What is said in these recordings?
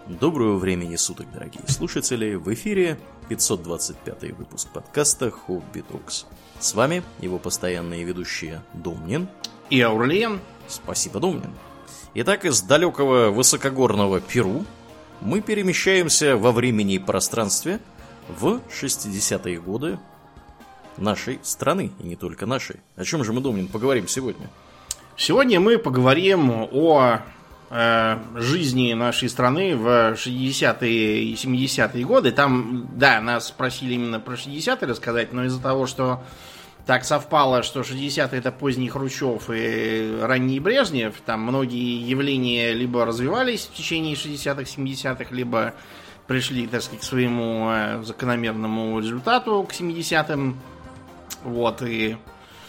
Доброго времени суток, дорогие слушатели! В эфире 525 выпуск подкаста Хобби Токс. С вами его постоянные ведущие Домнин и Аурлиен. Спасибо, Домнин. Итак, из далекого высокогорного Перу мы перемещаемся во времени и пространстве в 60-е годы нашей страны, и не только нашей. О чем же мы, Домнин, поговорим сегодня? Сегодня мы поговорим о жизни нашей страны в 60-е и 70-е годы. Там, да, нас просили именно про 60-е рассказать, но из-за того, что так совпало, что 60-е это поздний Хрущев и ранний Брежнев, там многие явления либо развивались в течение 60-х, 70-х, либо пришли, так сказать, к своему закономерному результату к 70-м. Вот, и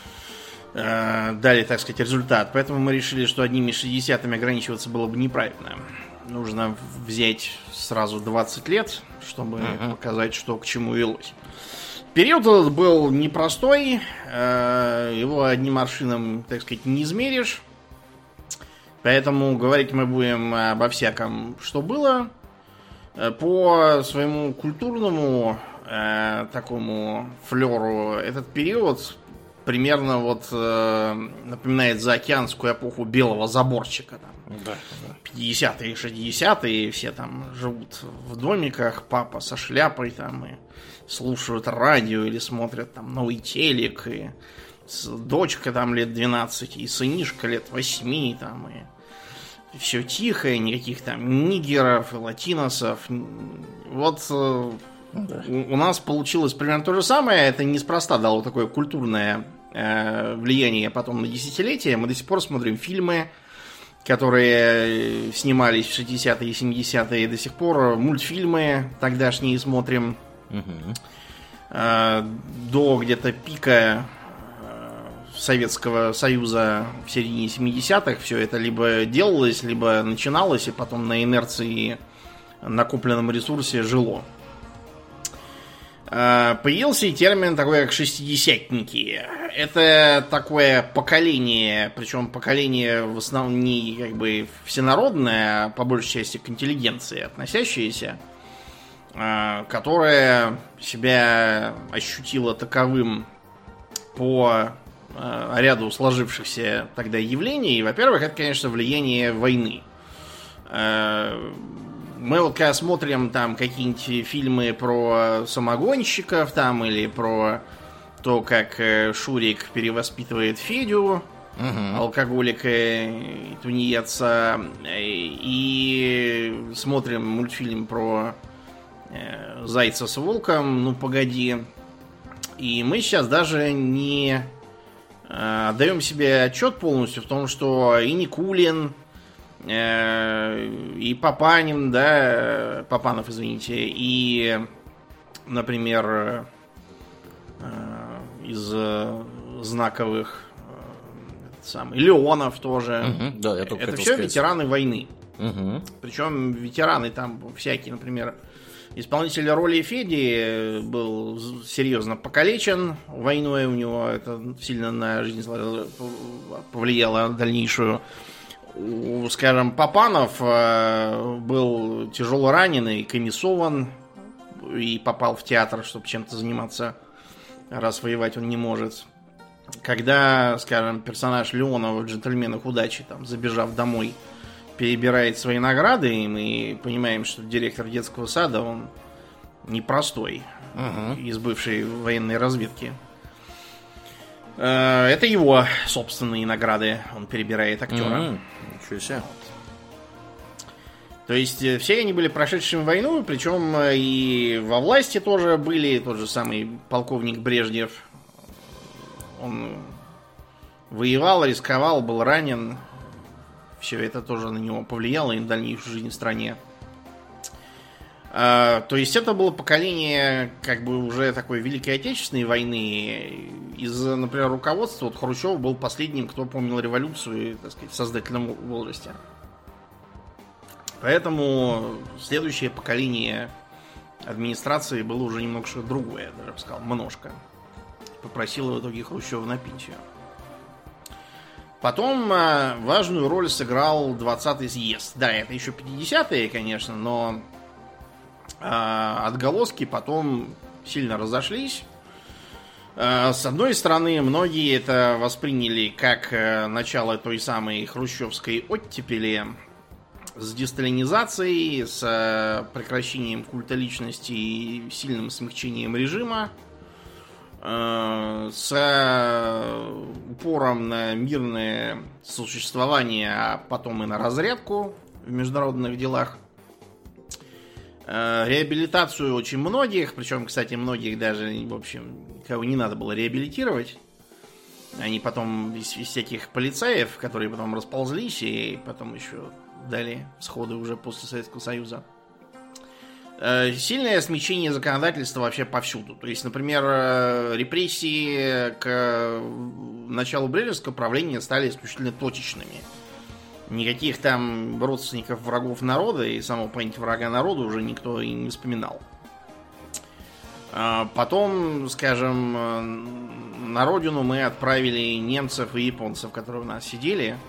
дали, так сказать, результат. Поэтому мы решили, что одними 60-ми ограничиваться было бы неправильно. Нужно взять сразу 20 лет, чтобы показать, что к чему велось. Период этот был непростой. Его одним аршином, так сказать, не измеришь. Поэтому говорить мы будем обо всяком, что было. По своему культурному такому флеру этот период примерно вот напоминает заокеанскую эпоху белого заборчика. Там. Да. 50-е, 60-е, все там живут в домиках, папа со шляпой там и слушают радио или смотрят там новый телек, и дочка там лет 12, и сынишка лет 8, там, и все тихо, и никаких там нигеров и латиносов. Вот у нас получилось примерно то же самое. Это неспроста дало такое культурное влияние потом на десятилетия. Мы до сих пор смотрим фильмы, которые снимались в 60-е и 70-е. До сих пор мультфильмы тогдашние смотрим. До где-то пика Советского Союза в середине 70-х все это либо делалось, либо начиналось, и потом на инерции, накопленном ресурсе жило. Появился и термин такой, как шестидесятники. Это такое поколение, причем поколение в основном не как бы всенародное, а по большей части к интеллигенции относящееся, которое себя ощутило таковым по ряду сложившихся тогда явлений. Во-первых, это, конечно, влияние войны. Мы вот когда смотрим там какие-нибудь фильмы про самогонщиков там или про то, как Шурик перевоспитывает Федю, алкоголика и тунеядца, и смотрим мультфильм про Зайца с волком, ну погоди. И мы сейчас даже не отдаем себе отчет полностью в том, что и Никулин, и Папанин, да, Папанов, извините, и, например, из знаковых самый Леонов тоже. Да, я только это хотел все сказать. Ветераны войны. Причем ветераны там всякие, например, исполнитель роли Феди был серьезно покалечен войной, у него это сильно на жизнь повлияло дальнейшую. Скажем, Папанов был тяжело раненый, комиссован и попал в театр, чтобы чем-то заниматься, раз воевать он не может. Когда, скажем, персонаж Леонова в «Джентльменах удачи», там, забежав домой, перебирает свои награды, и мы понимаем, что директор детского сада, он непростой, из бывшей военной разведки. Это его собственные награды, он перебирает актера. Ничего себе. То есть все они были прошедшими войну, причем и во власти тоже были. Тот же самый полковник Брежнев, он воевал, рисковал, был ранен. Все это тоже на него повлияло и на дальнейшую жизнь в стране. То есть это было поколение как бы уже такой Великой Отечественной войны. Из-за, например, руководства, вот Хрущев был последним, кто помнил революцию, так сказать, в сознательном возрасте. Поэтому следующее поколение администрации было уже немножко другое, я даже бы сказал, множко. Попросил в итоге Хрущева на пенсию. Потом важную роль сыграл 20-й съезд. Да, это еще 50-е, конечно, но отголоски потом сильно разошлись. С одной стороны, многие это восприняли как начало той самой хрущевской оттепели с десталинизацией, с прекращением культа личности и сильным смягчением режима, с упором на мирное сосуществование, а потом и на разрядку в международных делах. Реабилитацию очень многих, причем, кстати, многих даже, в общем, кого не надо было реабилитировать. Они потом из всяких полицаев, которые потом расползлись и потом еще дали сходы уже после Советского Союза. Сильное смягчение законодательства вообще повсюду. То есть, например, репрессии к началу брежневского правления стали исключительно точечными. Никаких там родственников врагов народа и самого понятия врага народа уже никто и не вспоминал. Потом, скажем, на родину мы отправили немцев и японцев, которые у нас сидели.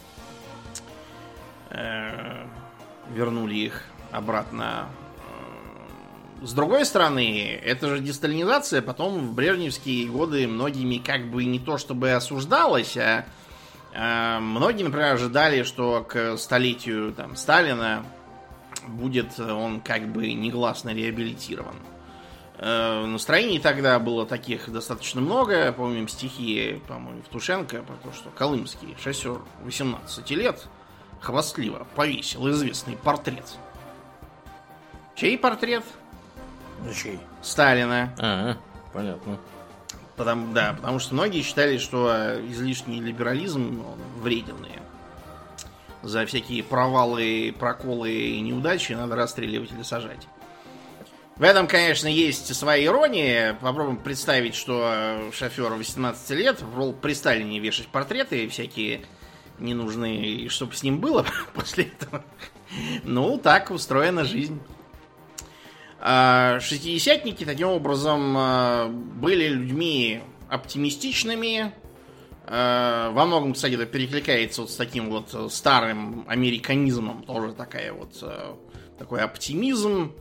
Вернули их обратно. С другой стороны, это же десталинизация потом в брежневские годы многими как бы не то чтобы осуждалась, а многие, например, ожидали, что к столетию там, Сталина будет он как бы негласно реабилитирован. Настроений тогда было таких достаточно много. Помним стихи, по-моему, Евтушенко про то, что колымский шофер 18 лет хвастливо повесил известный портрет. Чей портрет? Чей? Сталина. Ага, понятно. Потому что многие считали, что излишний либерализм вредный. За всякие провалы, проколы и неудачи надо расстреливать или сажать. В этом, конечно, есть своя ирония. Попробуем представить, что шофер 18 лет попробовал при Сталине вешать портреты всякие ненужные, и чтобы с ним было после этого. Ну, так устроена жизнь. Шестидесятники таким образом были людьми оптимистичными. Во многом, кстати, это перекликается вот с таким вот старым американизмом. Тоже такой оптимизм,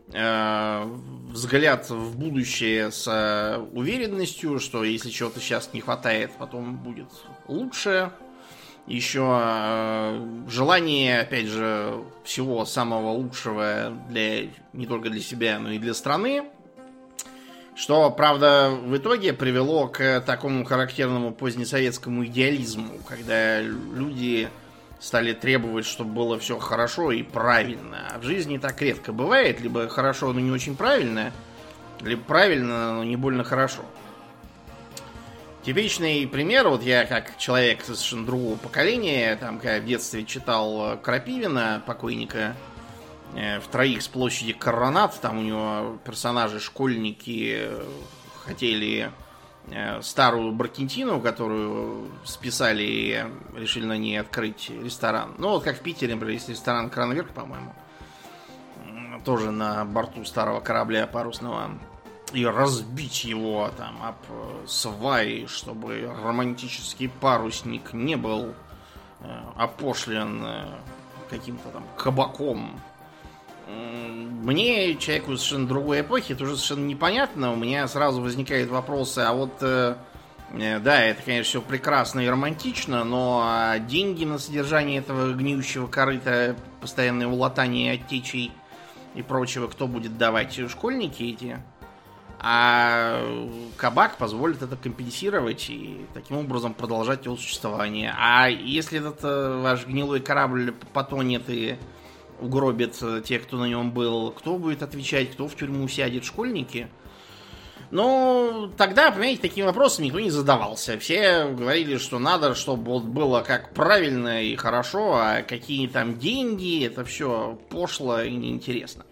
взгляд в будущее с уверенностью, что если чего-то сейчас не хватает, потом будет лучше. Еще желание, опять же, всего самого лучшего не только для себя, но и для страны. Что, правда, в итоге привело к такому характерному позднесоветскому идеализму, когда люди стали требовать, чтобы было все хорошо и правильно. А в жизни так редко бывает. Либо хорошо, но не очень правильно, либо правильно, но не больно хорошо. Типичный пример, вот я как человек совершенно другого поколения, там, когда в детстве читал Крапивина, покойника, в «Троих с площади Коронат», там у него персонажи-школьники хотели старую Баркентину, которую списали и решили на ней открыть ресторан. Ну, вот как в Питере, например, есть ресторан «Кранверк», по-моему, тоже на борту старого корабля парусного. И разбить его там об сваи, чтобы романтический парусник не был опошлен каким-то там кабаком. Мне, человеку совершенно другой эпохи, это уже совершенно непонятно. У меня сразу возникают вопросы, а вот да, это, конечно, все прекрасно и романтично, но деньги на содержание этого гниющего корыта, постоянное улатание оттечей и прочего, кто будет давать? Школьники эти? А кабак позволит это компенсировать и таким образом продолжать его существование. А если этот ваш гнилой корабль потонет и угробит тех, кто на нем был, кто будет отвечать, кто в тюрьму сядет? Школьники? Ну, тогда, понимаете, таким вопросом никто не задавался. Все говорили, что надо, чтобы вот было как правильно и хорошо, а какие там деньги, это все пошло и неинтересно.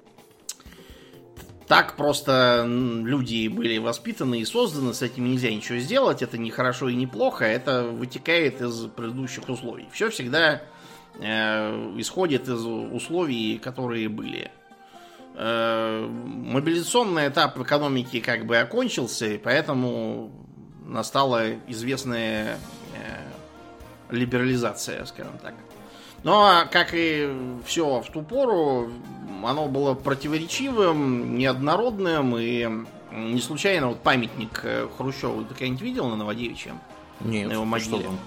Так просто люди были воспитаны и созданы, с этим нельзя ничего сделать, это не хорошо и не плохо, это вытекает из предыдущих условий. Все всегда исходит из условий, которые были. Мобилизационный этап экономики как бы окончился, и поэтому настало известное либерализация, скажем так. Но, как и все в ту пору, оно было противоречивым, неоднородным, и не случайно вот памятник Хрущеву ты когда-нибудь видел на Новодевичьем? Нет, на его могиле? что там?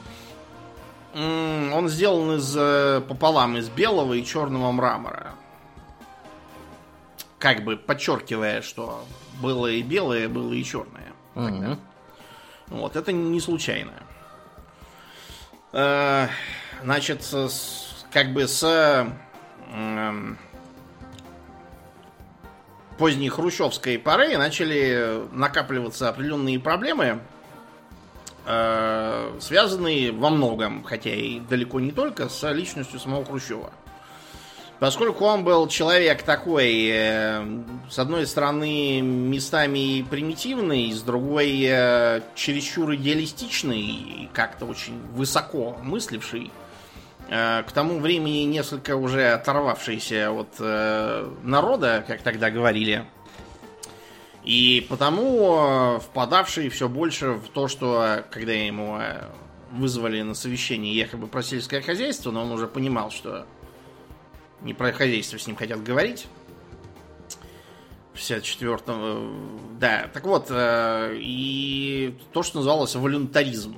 Он сделан пополам из белого и черного мрамора. Как бы подчеркивая, что было и белое, было и черное. Угу. Вот, это не случайно. Значит, как бы с поздней хрущевской поры начали накапливаться определенные проблемы, связанные во многом, хотя и далеко не только, с личностью самого Хрущева. Поскольку он был человек такой, с одной стороны, местами примитивный, с другой, чересчур идеалистичный и как-то очень высоко мысливший, к тому времени несколько уже оторвавшийся от народа, как тогда говорили, и потому впадавший все больше в то, что когда ему вызвали на совещание якобы про сельское хозяйство, но он уже понимал, что не про хозяйство с ним хотят говорить. В 64-м. Да, так вот, и то, что называлось волюнтаризм.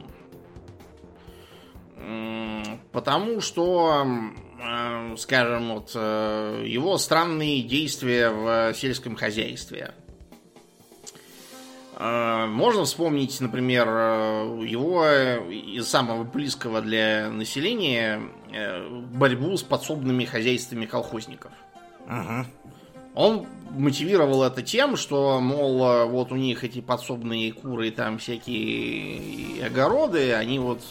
Потому что, скажем, вот его странные действия в сельском хозяйстве. Можно вспомнить, например, его из самого близкого для населения борьбу с подсобными хозяйствами колхозников. Угу. Он мотивировал это тем, что, мол, вот у них эти подсобные куры, там всякие огороды, они вот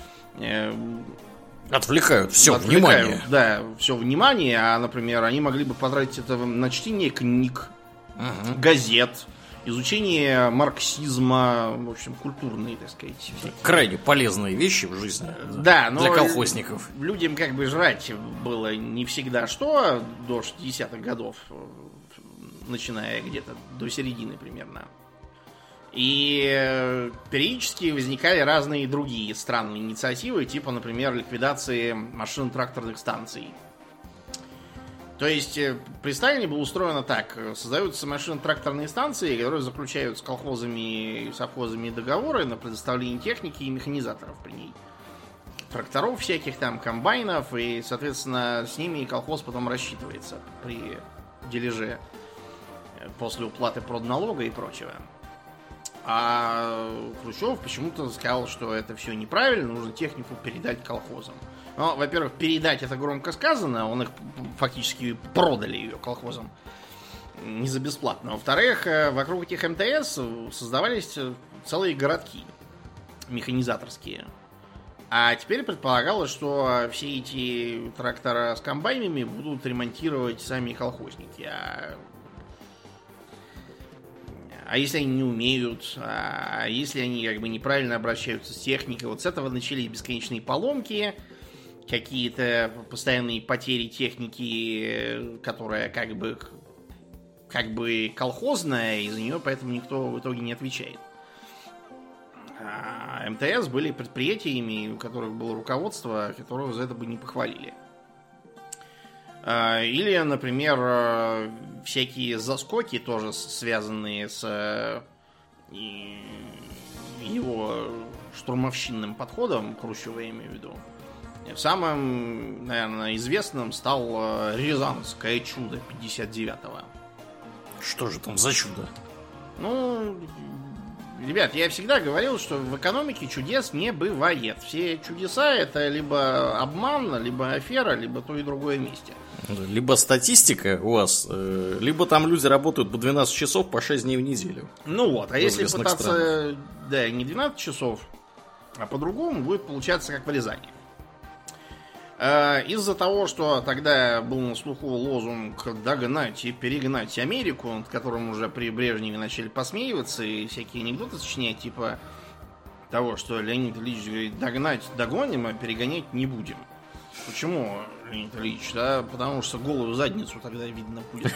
отвлекают все внимание. Да, все внимание, а, например, они могли бы потратить это на чтение книг, газет, изучение марксизма, в общем, культурные, так сказать. Всякие. Крайне полезные вещи в жизни. Да, но для колхозников. Людям как бы жрать было не всегда что до 60-х годов, начиная где-то до середины примерно. И периодически возникали разные другие странные инициативы, типа, например, ликвидации машин-тракторных станций. То есть при Сталине было устроено так. Создаются машино-тракторные станции, которые заключают с колхозами и совхозами договоры на предоставление техники и механизаторов при ней. Тракторов всяких там, комбайнов, и, соответственно, с ними колхоз потом рассчитывается при дележе после уплаты продналога и прочего. А Хрущев почему-то сказал, что это все неправильно, нужно технику передать колхозам. Ну, во-первых, передать это громко сказано, он их фактически продали ее колхозам не за бесплатно. Во-вторых, вокруг этих МТС создавались целые городки механизаторские. А теперь предполагалось, что все эти трактора с комбайнами будут ремонтировать сами колхозники. А если они не умеют, а если они как бы неправильно обращаются с техникой, вот с этого начались бесконечные поломки, какие-то постоянные потери техники, которая как бы колхозная, и за нее поэтому никто в итоге не отвечает. А МТС были предприятиями, у которых было руководство, которого за это бы не похвалили. Или, например, всякие заскоки, тоже связанные с его штурмовщинным подходом к Хрущеву, я имею в виду. Самым, наверное, известным стал Рязанское чудо 59-го. Что же там за чудо? Ну, ребят, я всегда говорил, что в экономике чудес не бывает. Все чудеса — это либо обман, либо афера, либо то и другое вместе. Либо статистика у вас, либо там люди работают по 12 часов по 6 дней в неделю. Ну вот, а если пытаться, да, не 12 часов, а по-другому, будет получаться как в Рязани. Из-за того, что тогда был на слуху лозунг «догнать и перегнать Америку», над которым уже при Брежневе начали посмеиваться и всякие анекдоты сочинять, типа того, что Леонид Ильич говорит: «догнать догоним, а перегонять не будем». Почему, Леонид Ильич? Да, потому что голую задницу тогда видно будет.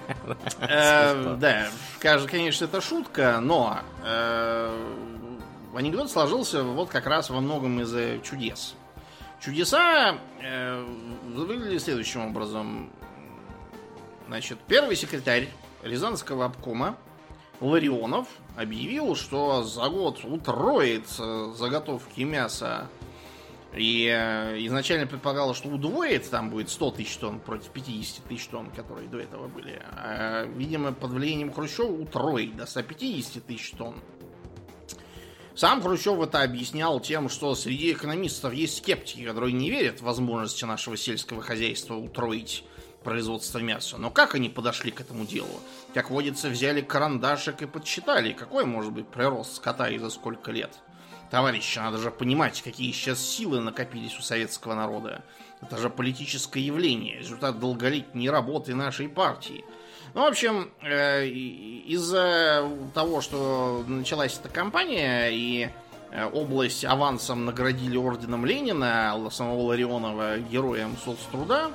Да, конечно, это шутка, но анекдот сложился вот как раз во многом из-за чудес. Чудеса выглядели следующим образом. Значит, первый секретарь Рязанского обкома Ларионов объявил, что за год утроит заготовки мяса. И изначально предполагалось, что удвоит, там будет 100 тысяч тонн против 50 тысяч тонн, которые до этого были. А, видимо, под влиянием Хрущева утроить до 150 тысяч тонн. Сам Хрущев это объяснял тем, что среди экономистов есть скептики, которые не верят в возможности нашего сельского хозяйства утроить производство мяса. Но как они подошли к этому делу? Как водится, взяли карандашик и подсчитали, какой может быть прирост скота и за сколько лет. Товарищи, надо же понимать, какие сейчас силы накопились у советского народа. Это же политическое явление, результат долголетней работы нашей партии. Ну, в общем, из-за того, что началась эта кампания, и область авансом наградили орденом Ленина, самого Ларионова героем соцтруда,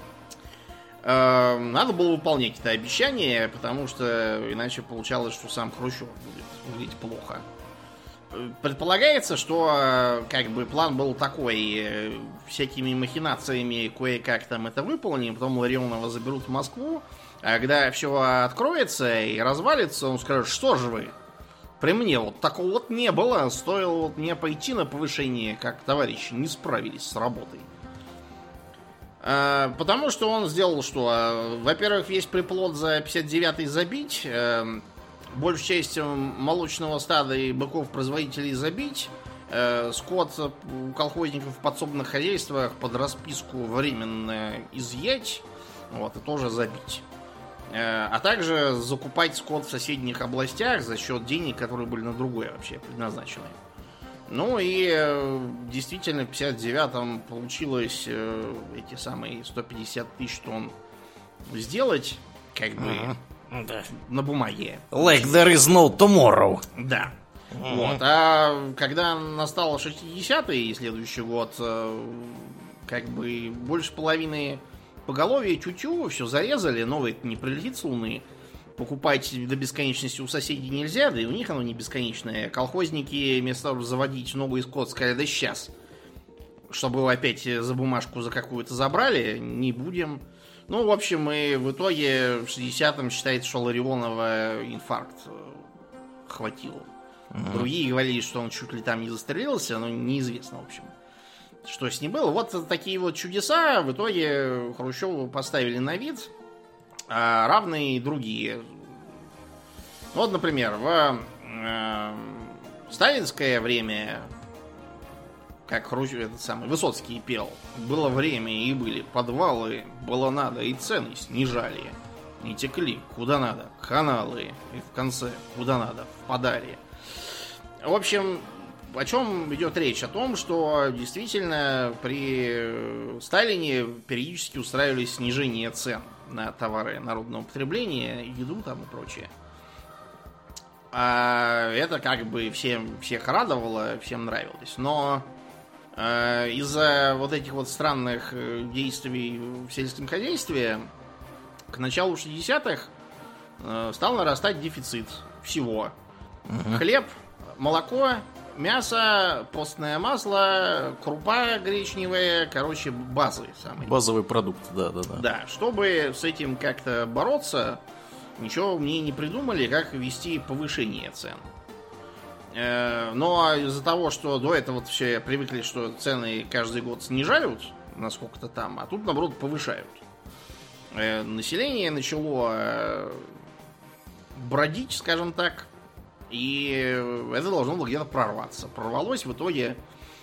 надо было выполнять это обещание, потому что иначе получалось, что сам Хрущев будет выглядеть плохо. Предполагается, что как бы план был такой: всякими махинациями кое-как там это выполним, потом Ларионова заберут в Москву, а когда все откроется и развалится, он скажет: что же вы, при мне вот такого вот не было, стоило вот мне пойти на повышение, как товарищи не справились с работой. Потому что он сделал что? Во-первых, весь приплод за 59-й забить, большую часть молочного стада и быков-производителей забить, скот у колхозников в подсобных хозяйствах под расписку временно изъять, вот, и тоже забить. А также закупать скот в соседних областях за счет денег, которые были на другое вообще предназначены. Ну и действительно в 59-м получилось эти самые 150 тысяч тонн сделать, как бы, да, на бумаге. Like there is no tomorrow. Да. Вот. А когда настал 60-й и следующий год, как бы больше половины поголовья тю-тю, все зарезали, новое это не прилетит с Луны. Покупать до бесконечности у соседей нельзя, да и у них оно не бесконечное. Колхозники вместо того, чтобы заводить новый скот, сказали: да сейчас, чтобы его опять за бумажку за какую-то забрали, не будем. Ну, в общем, и в итоге в 60-м считается, что Ларионова инфаркт хватил. Другие говорили, что он чуть ли там не застрелился, но неизвестно, в общем, что с ним было. Вот такие вот чудеса в итоге Хрущеву поставили на вид, а равные и другие. Вот, например, в сталинское время, как этот самый Высоцкий пел, было время и были подвалы, было надо, и цены снижали. И текли куда надо каналы, и в конце куда надо впадали. В общем, о чем идет речь? О том, что действительно при Сталине периодически устраивались снижения цен на товары народного потребления, еду там и прочее. А это как бы всех радовало, всем нравилось. Но из-за вот этих вот странных действий в сельском хозяйстве к началу 60-х стал нарастать дефицит всего. Хлеб, молоко, мясо, постное масло, крупа гречневая, короче, базы самые. Базовый продукт, да. Да, чтобы с этим как-то бороться, ничего мне не придумали, как ввести повышение цен. Но из-за того, что до этого все привыкли, что цены каждый год снижают на сколько-то там, а тут, наоборот, повышают. Население начало бродить, скажем так, и это должно было где-то прорваться. Прорвалось в итоге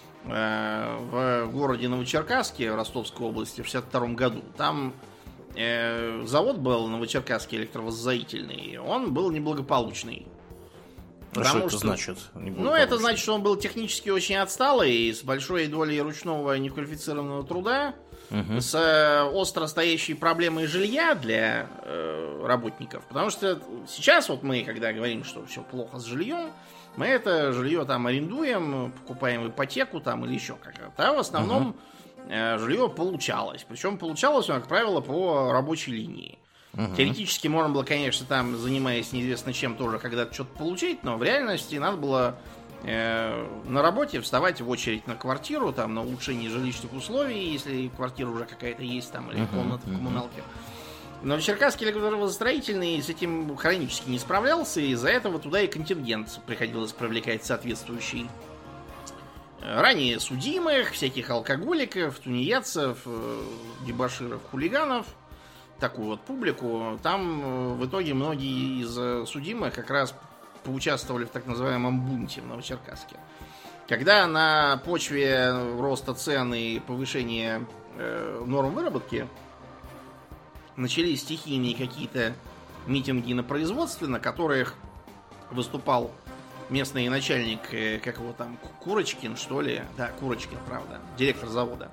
в городе Новочеркасске в Ростовской области в 62 году. Там завод был Новочеркасский электровоззоительный, он был неблагополучный. Что это значит? Ну, это значит, что он был технически очень отсталый, с большой долей ручного неквалифицированного труда, с остро стоящей проблемой жилья для работников. Потому что сейчас вот мы, когда говорим, что все плохо с жильем, мы это жилье там арендуем, покупаем ипотеку там или еще как-то. А в основном жилье получалось. Причем получалось, как правило, по рабочей линии. Теоретически можно было, конечно, там, занимаясь неизвестно чем, тоже когда-то что-то получить, но в реальности надо было на работе вставать в очередь на квартиру, там, на улучшение жилищных условий, если квартира уже какая-то есть, там, или комната в коммуналке. Но Черкасский электростроительный с этим хронически не справлялся, и из-за этого туда и контингент приходилось привлекать соответствующий. Ранее судимых, всяких алкоголиков, тунеядцев, дебоширов, хулиганов, такую вот публику. Там в итоге многие из судимых как раз поучаствовали в так называемом бунте в Новочеркасске. Когда на почве роста цен и повышения норм выработки начались стихийные какие-то митинги на производстве, на которых выступал местный начальник, как его там, Курочкин, что ли? Да, Курочкин, правда. Директор завода.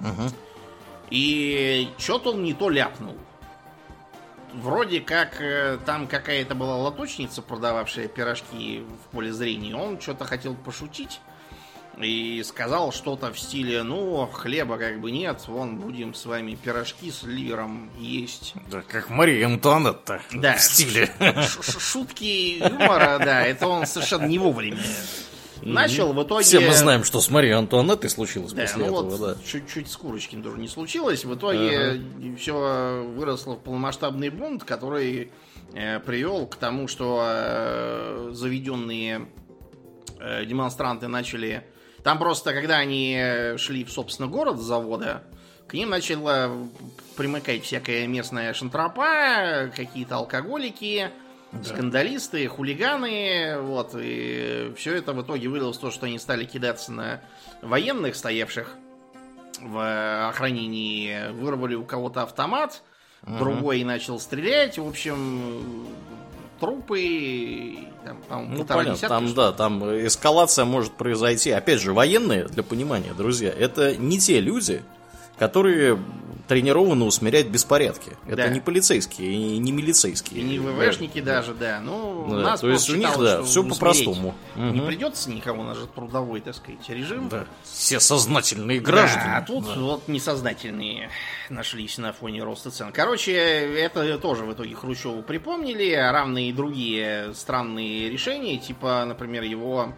И что-то он не то ляпнул. Вроде как там какая-то была лоточница, продававшая пирожки в поле зрения. Он что-то хотел пошутить и сказал что-то в стиле: ну, хлеба как бы нет, вон будем с вами пирожки с ливером есть. Да, как Мария Антуанетта, да, в стиле. Шутки юмора, да, это он совершенно не вовремя начал. В итоге... Все мы знаем, что с Марией Антуанеттой случилось да, после этого. Вот, да. Чуть-чуть с Курочкин тоже не случилось. В итоге все выросло в полномасштабный бунт, который привел к тому, что заведенные демонстранты начали... Там просто, когда они шли в, собственно, город с завода, к ним начала примыкать всякая местная шантропа, какие-то алкоголики, скандалисты, хулиганы. Вот, и все это в итоге вылилось в то, что они стали кидаться на военных, стоявших в охранении, вырвали у кого-то автомат, другой начал стрелять. В общем, трупы, там, ну, понятно, там, да, там эскалация может произойти. Опять же, военные, для понимания, друзья, это не те люди, которые тренированы усмирять беспорядки. Это да. не полицейские, и не милицейские. И не ВВшники даже, да. Ну, да, у нас то есть у них, да, все по-простому. Не придется никого, у нас же трудовой, так сказать, режим. Да. Все сознательные граждане. Да, а тут вот несознательные нашлись на фоне роста цен. Короче, это тоже в итоге Хрущеву припомнили, а равные и другие странные решения, типа, например, его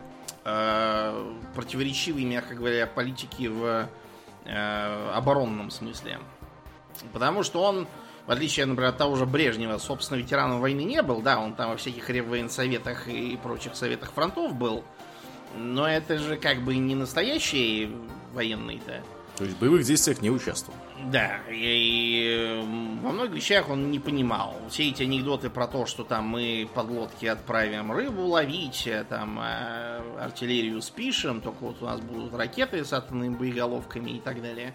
противоречивые, мягко говоря, политики в оборонном смысле. Потому что он, в отличие, например, от того же Брежнева, собственно, ветераном войны не был. Да, он там во всяких реввоенсоветах и прочих советах фронтов был. Но это же как бы не настоящий военный-то. То есть в боевых действиях не участвовал. Да, и во многих вещах он не понимал. Все эти анекдоты про то, что там мы подлодки отправим рыбу ловить, там артиллерию спишем, только вот у нас будут ракеты с атомными боеголовками и так далее.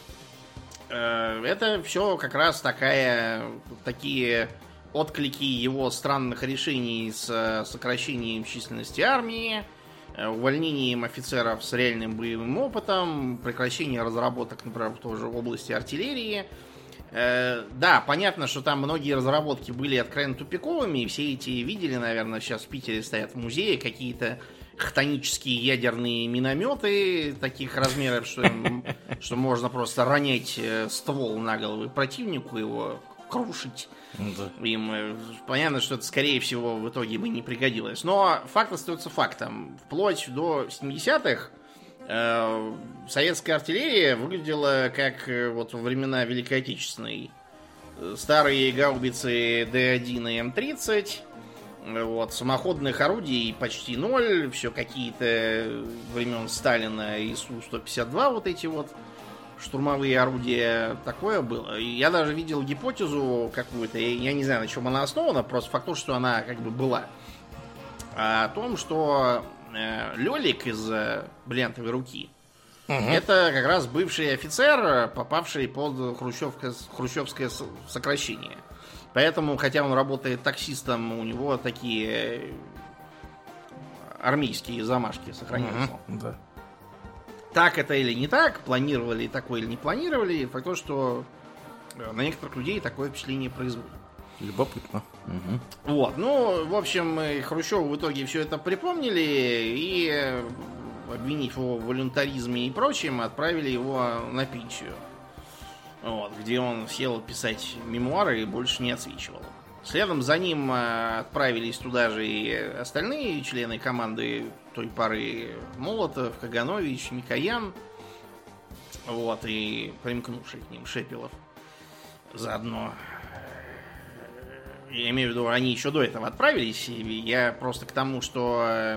Это все как раз такие отклики его странных решений с сокращением численности армии, увольнением офицеров с реальным боевым опытом, прекращение разработок, например, в той же области артиллерии. Да, понятно, что там многие разработки были откровенно тупиковыми, и все эти видели, наверное, сейчас в Питере стоят в музее какие-то хтонические ядерные минометы таких размеров, что можно просто ронять ствол на голову противнику, его крушить. Да. Им понятно, что это, скорее всего, в итоге бы не пригодилось. Но факт остается фактом. Вплоть до 70-х советская артиллерия выглядела как вот во времена Великой Отечественной. Старые гаубицы Д-1 и М-30, вот, самоходных орудий почти ноль, все какие-то времен Сталина и Су-152 вот эти вот штурмовые орудия, такое было. Я даже видел гипотезу какую-то, я не знаю, на чем она основана, просто факт того, что она как бы была. О том, что Лёлик из «Бриллиантовой руки» это как раз бывший офицер, попавший под хрущевское сокращение. Поэтому, хотя он работает таксистом, у него такие армейские замашки сохраняются. Да. Так это или не так, планировали такое или не планировали, факт то, что на некоторых людей такое впечатление производит. Любопытно. Вот, ну, в общем, Хрущеву в итоге все это припомнили и, обвинив его в волюнтаризме и прочем, отправили его на пенсию. Вот, где он сел писать мемуары и больше не отсвечивал. Следом за ним отправились туда же и остальные члены команды той поры: Молотов, Каганович, Микоян, вот, и примкнувший к ним Шепелов заодно. Я имею в виду, они еще до этого отправились, и я просто к тому, что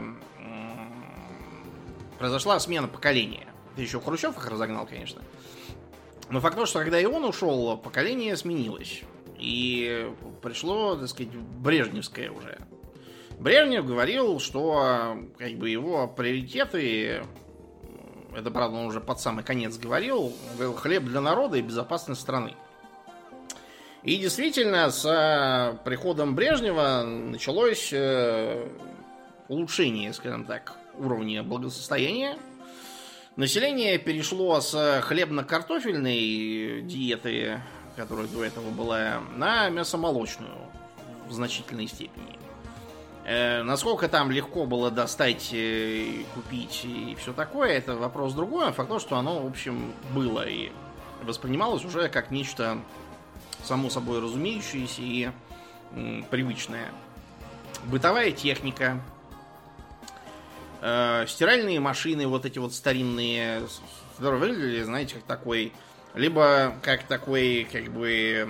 произошла смена поколения. Это еще Хрущев их разогнал, конечно. Но факт то, что когда и он ушел, поколение сменилось. И пришло, так сказать, брежневское уже. Брежнев говорил, что как бы его приоритеты, это, правда, он уже под самый конец говорил, хлеб для народа и безопасность страны. И действительно, с приходом Брежнева началось улучшение, скажем так, уровня благосостояния. Население перешло с хлебно-картофельной диеты, которая до этого была, на мясомолочную в значительной степени. Насколько там легко было достать, купить и все такое, это вопрос другой. Факт то, что оно, в общем, было и воспринималось уже как нечто само собой разумеющееся и привычное. Бытовая техника, стиральные машины, вот эти вот старинные, которые выглядели, знаете, как такой, либо как такой, как бы,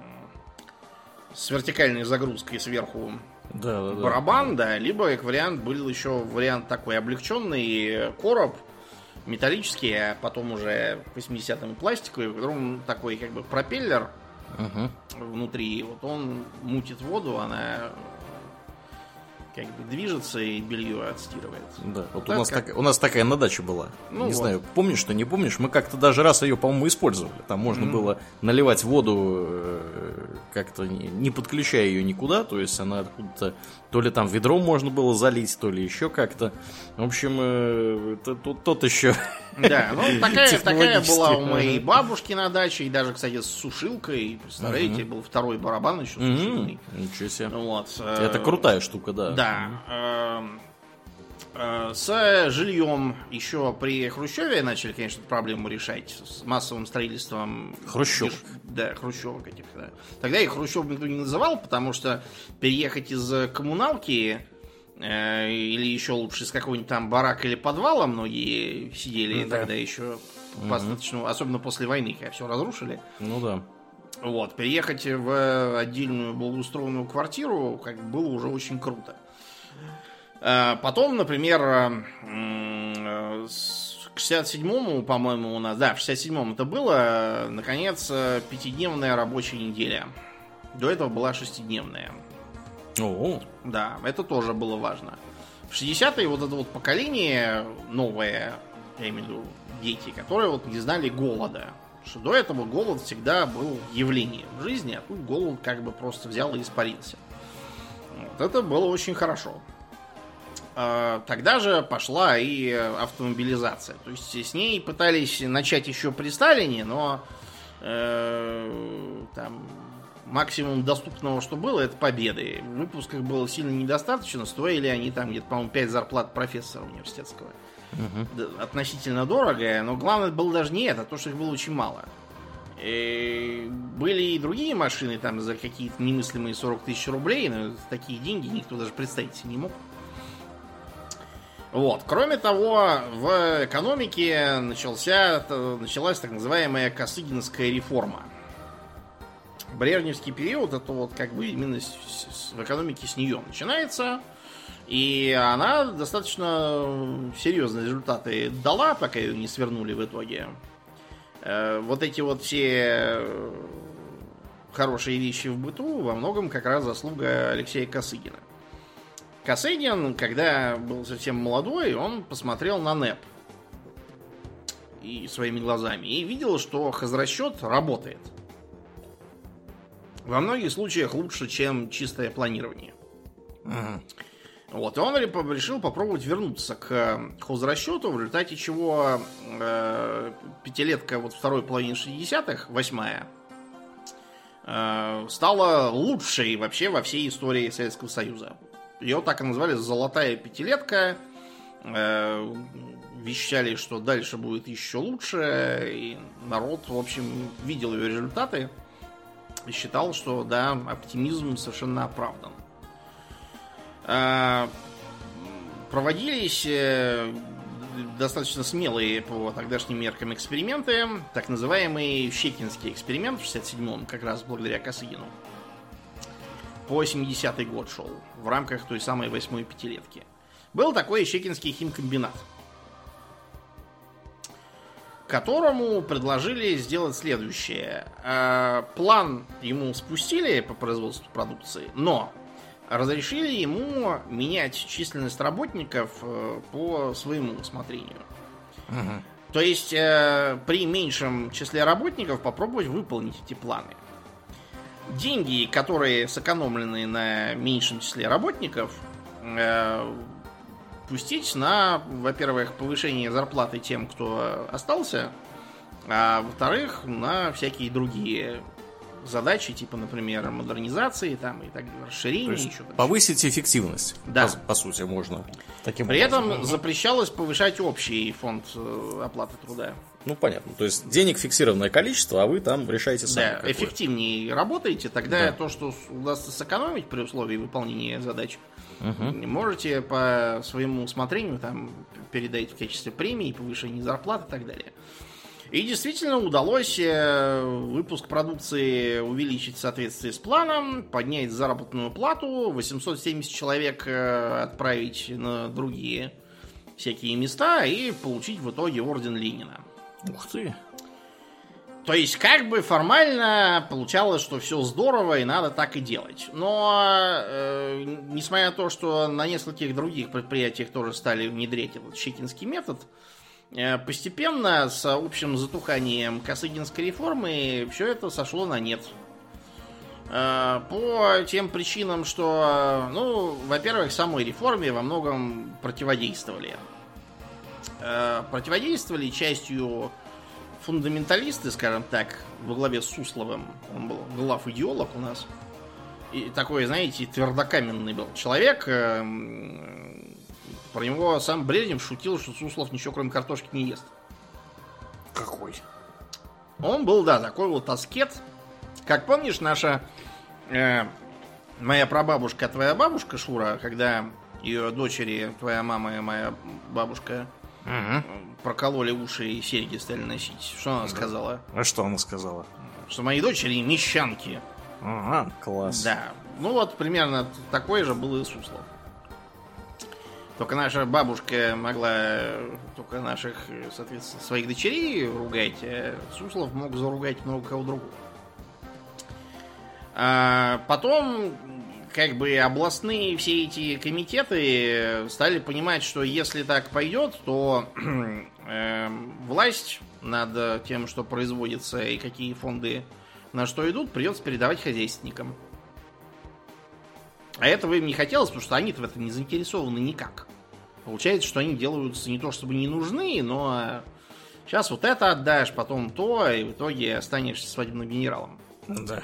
с вертикальной загрузкой сверху барабан, да, либо, как вариант, был еще вариант такой облегченный короб, металлический, а потом уже 80-м пластиковый, в котором такой, как бы, пропеллер внутри, вот он мутит воду, она как бы движется и белье отстирывает. Да, вот у нас такая на даче была. Ну, не знаю, помнишь, что не помнишь, мы как-то даже раз ее, по-моему, использовали. Там можно было наливать воду как-то не подключая ее никуда, то есть она откуда-то, то ли там ведром можно было залить, то ли еще как-то. В общем, тот еще. Да, ну такая была у моей бабушки на даче, и даже, кстати, с сушилкой. Представляете, был второй барабан еще сушильный. Ничего себе. Вот. Это крутая штука, да. Да. С жильем еще при Хрущеве начали, конечно, проблему решать с массовым строительством. Хрущев. Да, хрущевок этих, да. Тогда их Хрущев никто не называл, потому что переехать из коммуналки или еще лучше из какого-нибудь там барака или подвала многие сидели тогда еще достаточно, особенно после войны, когда все разрушили. Ну да. Вот, переехать в отдельную благоустроенную квартиру как было уже очень круто. Потом, например, к 67-му, по-моему, у нас, да, в 67-м это было, наконец, 5-дневная рабочая неделя. До этого была 6-дневная. О, да, это тоже было важно. В 60-е вот это вот поколение новое, я имею в виду дети, которые вот не знали голода. Что до этого голод всегда был явлением в жизни, а тут голод как бы просто взял и испарился. Вот это было очень хорошо. Тогда же пошла и автомобилизация. То есть с ней пытались начать еще при Сталине, но там максимум доступного, что было, это победы. В выпусках было сильно недостаточно, стоили они там где-то, по-моему, 5 зарплат профессора университетского. Относительно дорого, но главное было даже не это, а то, что их было очень мало. Были и другие машины там за какие-то немыслимые 40 тысяч рублей, но такие деньги никто даже представить себе не мог. Вот. Кроме того, в экономике началась так называемая Косыгинская реформа. Брежневский период, это вот как бы именно в экономике с нее начинается. И она достаточно серьезные результаты дала, пока ее не свернули в итоге. Вот эти вот все хорошие вещи в быту во многом как раз заслуга Алексея Косыгина. Косыгин, когда был совсем молодой, он посмотрел на НЭП и своими глазами и видел, что хозрасчет работает. Во многих случаях лучше, чем чистое планирование. Вот, и он решил попробовать вернуться к хозрасчету, в результате чего пятилетка вот второй половины 60-х, 8-я, стала лучшей вообще во всей истории Советского Союза. Ее так и назвали «Золотая пятилетка». Вещали, что дальше будет еще лучше. И народ, в общем, видел ее результаты. и считал, что да, оптимизм совершенно оправдан. Проводились достаточно смелые по тогдашним меркам эксперименты, так называемый Щекинский эксперимент в 67-м, как раз благодаря Косыгину. По 70-й год шел, в рамках той самой 8-й пятилетки. Был такой Щекинский химкомбинат, которому предложили сделать следующее. План ему спустили по производству продукции, но разрешили ему менять численность работников по своему усмотрению. Угу. То есть при меньшем числе работников попробовать выполнить эти планы. Деньги, которые сэкономлены на меньшем числе работников, пустить на, во-первых, повышение зарплаты тем, кто остался, а во-вторых, на всякие другие задачи, типа, например, модернизации там, и так далее, расширения. Повысить эффективность, да. по сути, можно таким При образом. этом запрещалось повышать общий фонд оплаты труда. Ну, понятно. То есть денег фиксированное количество, а вы там решаете сами. Да, какое. Эффективнее работаете, тогда то, что удастся сэкономить при условии выполнения задач, можете по своему усмотрению там передать в качестве премии, повышения зарплаты и так далее. И действительно удалось выпуск продукции увеличить в соответствии с планом, поднять заработную плату, 870 человек отправить на другие всякие места и получить в итоге орден Ленина. Ух ты! То есть, как бы формально получалось, что все здорово и надо так и делать. Но, несмотря на то, что на нескольких других предприятиях тоже стали внедрять этот щекинский метод, постепенно с общим затуханием Косыгинской реформы все это сошло на нет. По тем причинам, что, ну, во-первых, самой реформе во многом противодействовали. Противодействовали частью фундаменталисты, скажем так, во главе с Сусловым. Он был глав-идеолог у нас. И такой, знаете, твердокаменный был человек. Про него сам Брежнев шутил, что Суслов ничего кроме картошки не ест. Какой? Он был, да, такой вот аскет. Как помнишь, наша моя прабабушка, твоя бабушка Шура, когда ее дочери, твоя мама и моя бабушка прокололи уши и серьги стали носить. Что она сказала? А что она сказала? Что мои дочери мещанки. Ага, класс. Да. Ну вот примерно такой же был и Суслов. Только наша бабушка могла только наших, соответственно, своих дочерей ругать, а Суслов мог заругать много кого другого. А потом, как бы, областные все эти комитеты стали понимать, что если так пойдет, то власть над тем, что производится и какие фонды на что идут, придется передавать хозяйственникам. А этого им не хотелось, потому что они-то в этом не заинтересованы никак. Получается, что они делаются не то чтобы не нужны, но сейчас вот это отдашь, потом то, и в итоге останешься свадебным генералом. Да.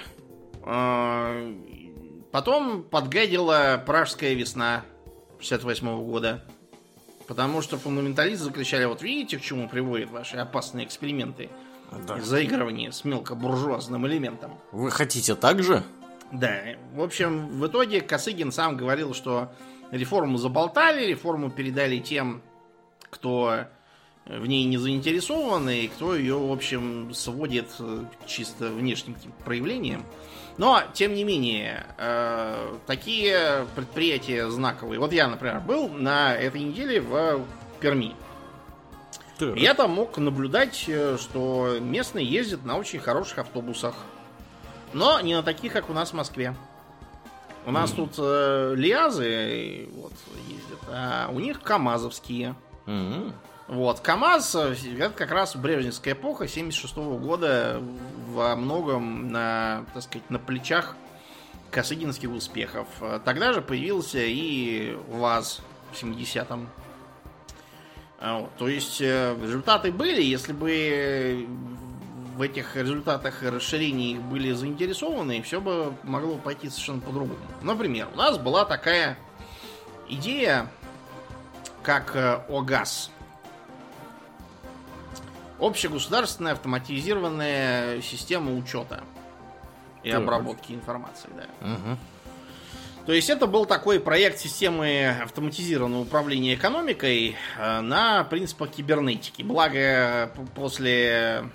Потом подгадила Пражская весна 68 года. Потому что фундаменталисты закричали: вот видите, к чему приводят ваши опасные эксперименты. Да. Заигрывание с мелкобуржуазным элементом. Вы хотите так же? Да. В общем, в итоге Косыгин сам говорил, что реформу заболтали, реформу передали тем, кто в ней не заинтересован, и кто ее, в общем, сводит к чисто внешним проявлениям. Но, тем не менее, такие предприятия знаковые. Вот я, например, был на этой неделе в Перми. Так. Я там мог наблюдать, что местные ездят на очень хороших автобусах. Но не на таких, как у нас в Москве. У нас тут Лиазы вот, ездят, а у них КамАЗовские. Вот, КамАЗ, это как раз брежневская эпоха 76-го года, во многом на, так сказать, на плечах косыгинских успехов. Тогда же появился и ВАЗ в 70-м. Вот, то есть результаты были, если бы в этих результатах расширения их были заинтересованы, все бы могло пойти совершенно по-другому. Например, у нас была такая идея, как ОГАЗ. Общегосударственная автоматизированная система учета. и обработки информации, да. То есть это был такой проект системы автоматизированного управления экономикой на принципах кибернетики. Благо, после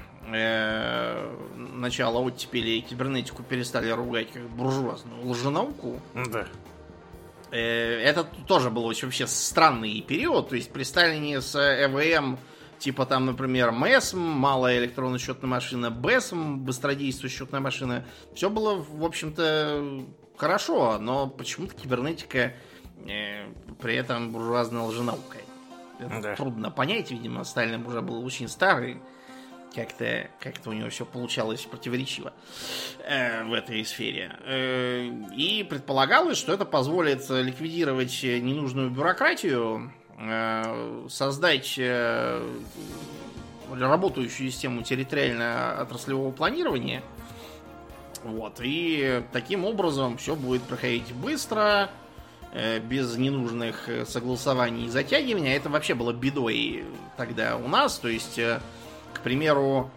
начала оттепели кибернетику перестали ругать как буржуазную лженауку. Да. Это тоже был вообще странный период. То есть при Сталине с ЭВМ, типа там, например, МЭСМ, малая электронная счетная машина, БЭСМ, быстродействующая счетная машина, все было, в общем-то, хорошо, но почему-то кибернетика при этом буржуазной лженаукой. Да. Трудно понять, видимо, Сталин уже был очень старый. Как-то у него все получалось противоречиво в этой сфере. И предполагалось, что это позволит ликвидировать ненужную бюрократию, создать работающую систему территориально-отраслевого планирования. Вот. И таким образом все будет проходить быстро, без ненужных согласований и затягивания. Это вообще было бедой тогда у нас. То есть, к примеру,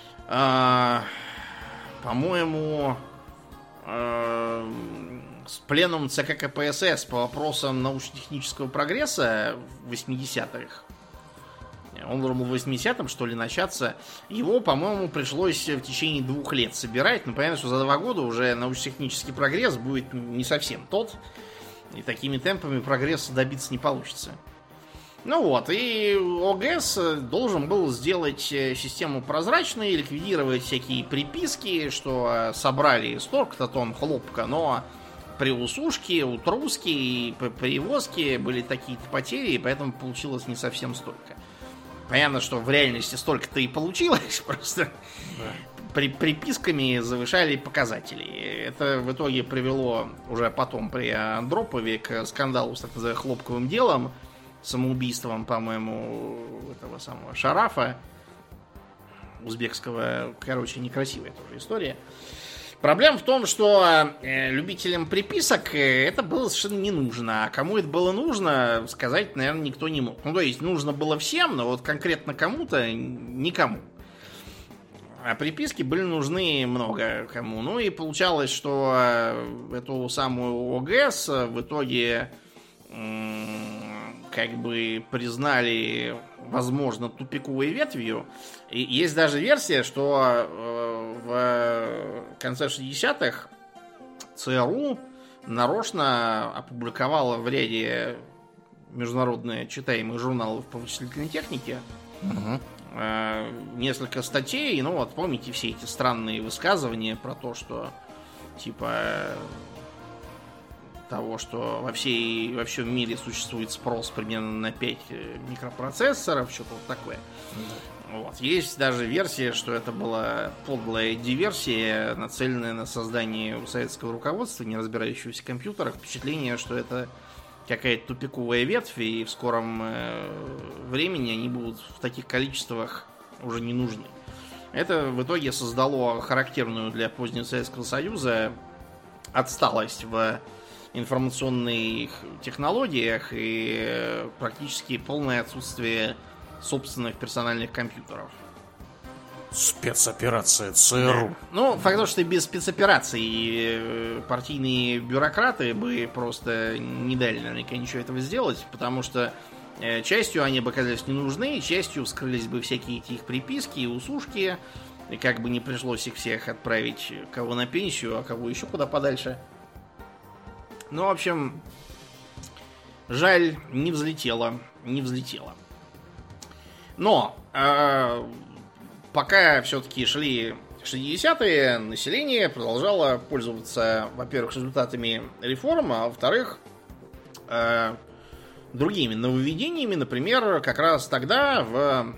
по-моему, с пленумом ЦК КПСС по вопросам научно-технического прогресса в 80-х, он должен был в 80-м, что ли, начаться, его, по-моему, пришлось в течение 2 лет собирать, но понятно, что за 2 года уже научно-технический прогресс будет не совсем тот, и такими темпами прогресса добиться не получится. Ну вот, и ОГС должен был сделать систему прозрачной, ликвидировать всякие приписки, что собрали столько-то тонн хлопка, но при усушке, утруске и перевозке были такие-то потери, и поэтому получилось не совсем столько. Понятно, что в реальности столько-то и получилось, просто приписками завышали показатели. Это в итоге привело уже потом при Андропове к скандалу с так называемым хлопковым делом, самоубийством, по-моему, этого самого Шарафа узбекского. Короче, некрасивая тоже история. Проблема в том, что любителям приписок это было совершенно не нужно. А кому это было нужно, сказать, наверное, никто не мог. Ну, то есть, нужно было всем, но вот конкретно кому-то никому. А приписки были нужны много кому. Ну, и получалось, что эту самую ОГС в итоге как бы признали, возможно, тупиковой ветвью. И есть даже версия, что в конце 60-х ЦРУ нарочно опубликовала в ряде международно читаемых журналов по вычислительной технике несколько статей. Ну вот, помните все эти странные высказывания про то, что типа того, что во всем мире существует спрос примерно на 5 микропроцессоров, что-то вот такое. Вот. Есть даже версия, что это была подлая диверсия, нацеленная на создание у советского руководства, не разбирающегося в компьютерах, впечатление, что это какая-то тупиковая ветвь, и в скором времени они будут в таких количествах уже не нужны. Это в итоге создало характерную для позднего Советского Союза отсталость в информационных технологиях и практически полное отсутствие собственных персональных компьютеров. Спецоперация ЦРУ. Ну, факт того, что без спецопераций партийные бюрократы бы просто не дали наверняка ничего этого сделать, потому что частью они бы оказались не нужны, частью вскрылись бы всякие эти их приписки и усушки, и как бы не пришлось их всех отправить кого на пенсию, а кого еще куда подальше. Ну, в общем, жаль, не взлетело. Но пока все-таки шли 60-е, население продолжало пользоваться, во-первых, результатами реформ, а во-вторых, другими нововведениями. Например, как раз тогда, в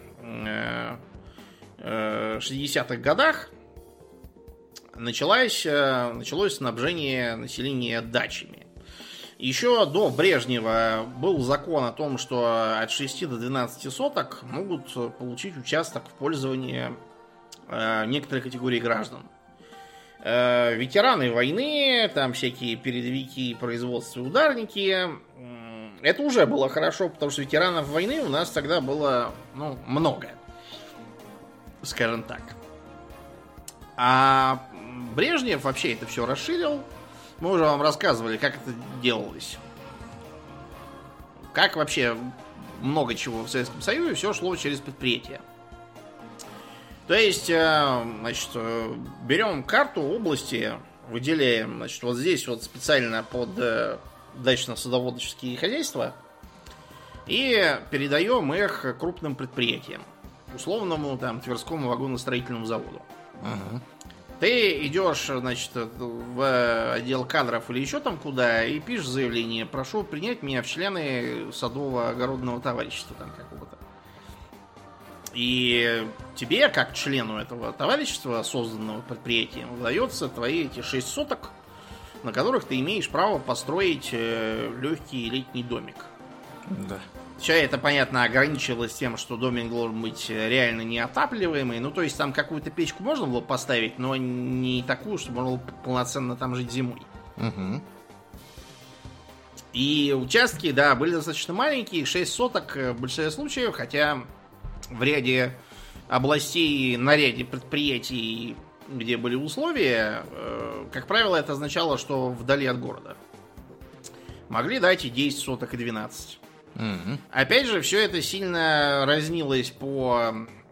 60-х годах, началось снабжение населения дачами. Еще до Брежнева был закон о том, что от 6 до 12 соток могут получить участок в пользование некоторые категории граждан. Ветераны войны, там всякие передовики производства и ударники. Это уже было хорошо, потому что ветеранов войны у нас тогда было много. Скажем так. А Брежнев вообще это все расширил. Мы уже вам рассказывали, как это делалось. Как вообще много чего в Советском Союзе все шло через предприятия. То есть, значит, берем карту области, выделяем, значит, вот здесь вот специально под дачно-садоводческие хозяйства и передаем их крупным предприятиям. Условному там Тверскому вагоностроительному заводу. Ага. Ты идешь, значит, в отдел кадров или еще там куда и пишешь заявление: прошу принять меня в члены садово-огородного товарищества там какого-то. И тебе, как члену этого товарищества, созданного предприятием, выдается твои эти 6 соток, на которых ты имеешь право построить легкий летний домик. Да. Сейчас это, понятно, ограничивалось тем, что домик должен быть реально неотапливаемый. Ну, то есть там какую-то печку можно было поставить, но не такую, чтобы можно было полноценно там жить зимой. Угу. И участки, да, были достаточно маленькие, 6 соток в большинстве случаев, хотя в ряде областей, на ряде предприятий, где были условия, как правило, это означало, что вдали от города. Могли дать и 10 соток, и 12. Угу. Опять же, все это сильно разнилось по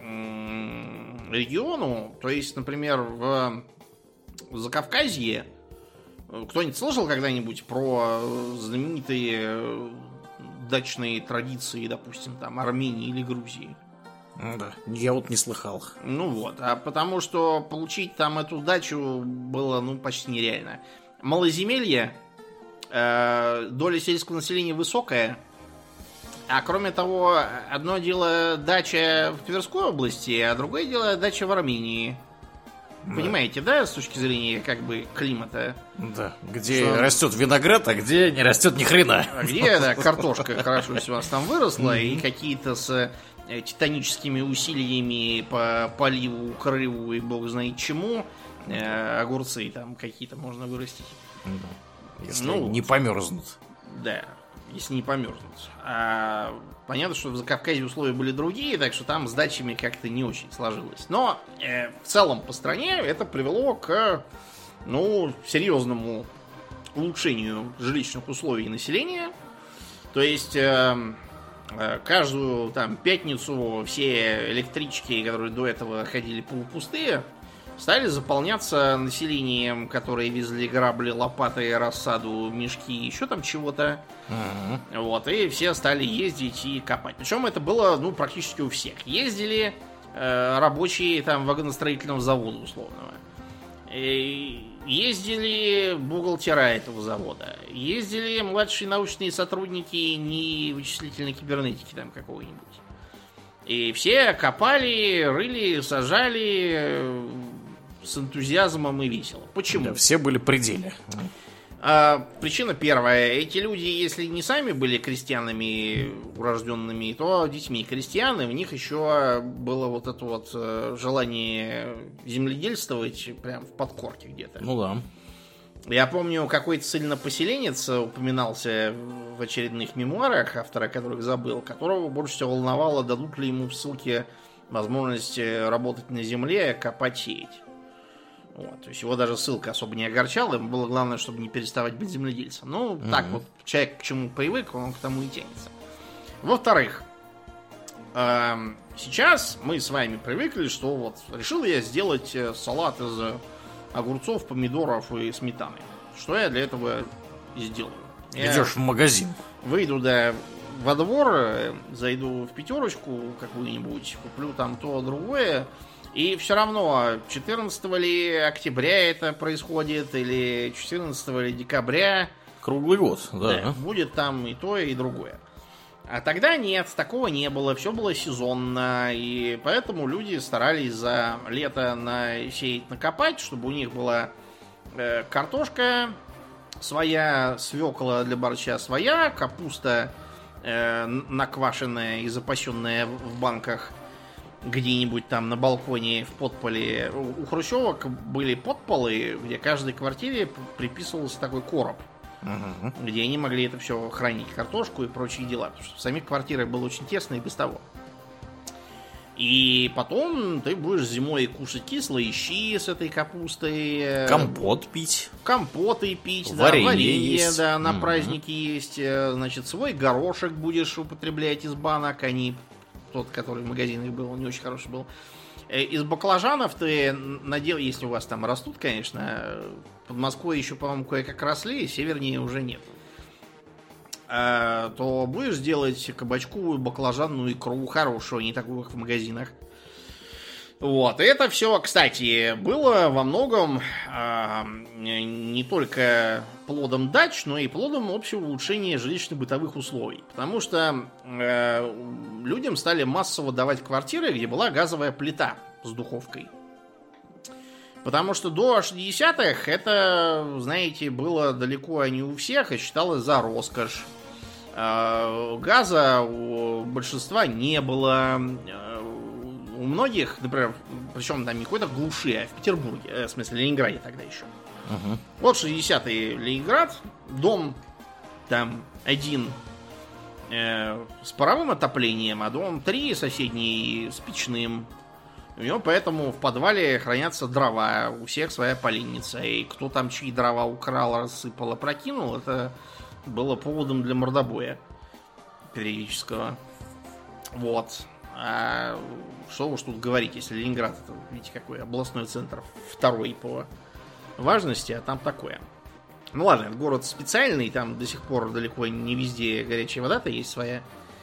региону. То есть, например, в Закавказье кто-нибудь слышал когда-нибудь про знаменитые дачные традиции, допустим, там Армении или Грузии? Да, я вот не слыхал. Ну вот, а потому что получить там эту дачу было, ну, почти нереально. Малоземелье, доля сельского населения высокая. А кроме того, одно дело дача в Тверской области, а другое дело дача в Армении. Да. Понимаете, да, с точки зрения как бы климата? Да, где растет виноград, а где не растет ни хрена. А где, да, картошка хорошо у вас там выросла, и какие-то с титаническими усилиями по поливу, крыву и бог знает чему огурцы там какие-то можно вырастить. Да. Если не померзнут. Да. Если не померзнут. А понятно, что в Закавказье условия были другие, так что там с дачами как-то не очень сложилось. Но в целом по стране это привело к, ну, серьезному улучшению жилищных условий населения. То есть каждую там пятницу все электрички, которые до этого ходили полупустые, стали заполняться населением, которые везли грабли, лопаты, рассаду, мешки, еще там чего-то. Вот, и все стали ездить и копать. Причем это было, ну, практически у всех. Ездили рабочие там вагоностроительного завода условного. Ездили бухгалтера этого завода. Ездили младшие научные сотрудники не вычислительной кибернетики там какого-нибудь. И все копали, рыли, сажали с энтузиазмом и весело. Почему? Да, все были при деле. Причина первая. Эти люди, если не сами были крестьянами урожденными, то детьми крестьян, и в них еще было вот это вот желание земледельствовать прям в подкорке где-то. Ну да. Я помню, какой-то ссыльнопоселенец упоминался в очередных мемуарах, автора которых забыл, которого больше всего волновало, дадут ли ему в ссылке возможность работать на земле, копать, сеять. Вот, то есть его даже ссылка особо не огорчала, ему было главное, чтобы не переставать быть земледельцем. Ну, так вот, человек к чему привык, он к тому и тянется. Во-вторых, сейчас мы с вами привыкли, что вот решил я сделать салат из огурцов, помидоров и сметаны. Что я для этого и сделаю? Идешь в магазин. Выйду, да, во двор, зайду в пятерочку какую-нибудь, куплю там то, другое. И все равно, 14 ли октября это происходит, или 14 ли декабря. Круглый год, да. Да, будет там и то, и другое. А тогда нет, такого не было, все было сезонно, и поэтому люди старались за лето сеять, накопать, чтобы у них была картошка своя, свекла для борща своя, капуста наквашенная и запасенная в банках где-нибудь там на балконе в подполе. У хрущевок были подполы, где каждой квартире приписывался такой короб, где они могли это все хранить, картошку и прочие дела. Потому что в самих квартирах было очень тесно и без того. И потом ты будешь зимой кушать кислые щи с этой капустой. Компот пить. Компоты пить, варенье есть. Да, на праздники есть. Значит, свой горошек будешь употреблять из банок, а не тот, который в магазинах был, он не очень хороший был. Из баклажанов ты надел, если у вас там растут, конечно. Под Москвой еще, по-моему, кое-как росли, севернее уже нет. То будешь делать кабачковую баклажанную икру хорошую, не такую, как в магазинах. Вот, и это все, кстати, было во многом не только плодом дач, но и плодом общего улучшения жилищно-бытовых условий. Потому что людям стали массово давать квартиры, где была газовая плита с духовкой. Потому что до 60-х это, знаете, было далеко не у всех и считалось за роскошь. Газа у большинства не было. У многих, например, причем там не какой-то глуши, а в Петербурге, в смысле Ленинграде тогда еще. Вот 60-й Ленинград, дом там один с паровым отоплением, а дом 3 соседний с печным. У него поэтому в подвале хранятся дрова, у всех своя поленница. И кто там чьи дрова украл, рассыпал, опрокинул, это было поводом для мордобоя периодического. Вот. А что уж тут говорить, если Ленинград, это, видите, какой областной центр, второй по важности, а там такое. Ну ладно, это город специальный, там до сих пор далеко не везде горячая вода-то есть своя.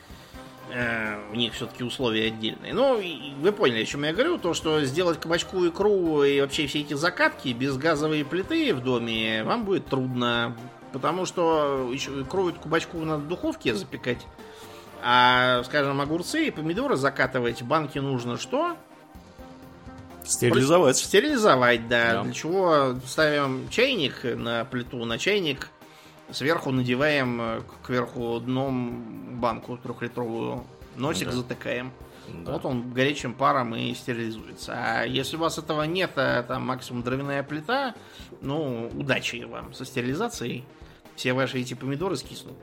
У них все-таки условия отдельные. Ну, вы поняли, о чем я говорю. То, что сделать кабачковую икру и вообще все эти закатки без газовой плиты в доме вам будет трудно. Потому что икру и кабачковую надо в духовке запекать. А, скажем, огурцы и помидоры закатывать в банке нужно что? Стерилизовать. Стерилизовать, да. Для чего ставим чайник на плиту, на чайник сверху надеваем кверху дном банку 3-литровую, носик затыкаем. Да. Вот он горячим паром и стерилизуется. А если у вас этого нет, а там максимум дровяная плита, ну, удачи вам со стерилизацией. Все ваши эти помидоры скиснут.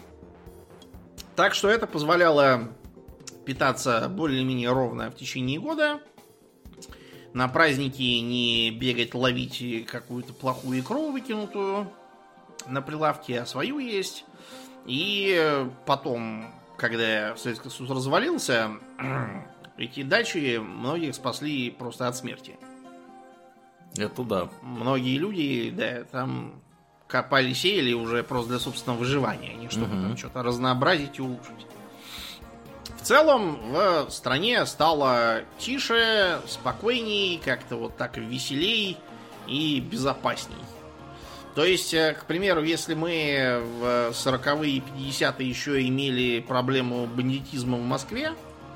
Так что это позволяло питаться более-менее ровно в течение года. На праздники не бегать, ловить какую-то плохую икру выкинутую на прилавке, а свою есть. И потом, когда Советский Союз развалился, эти дачи многих спасли просто от смерти. Это да. Многие люди, да, там копали, сеяли уже просто для собственного выживания, не чтобы там что-то разнообразить и улучшить. В целом в стране стало тише, спокойней, как-то вот так веселей и безопасней. То есть, к примеру, если мы в 40-е и 50-е еще имели проблему бандитизма в Москве,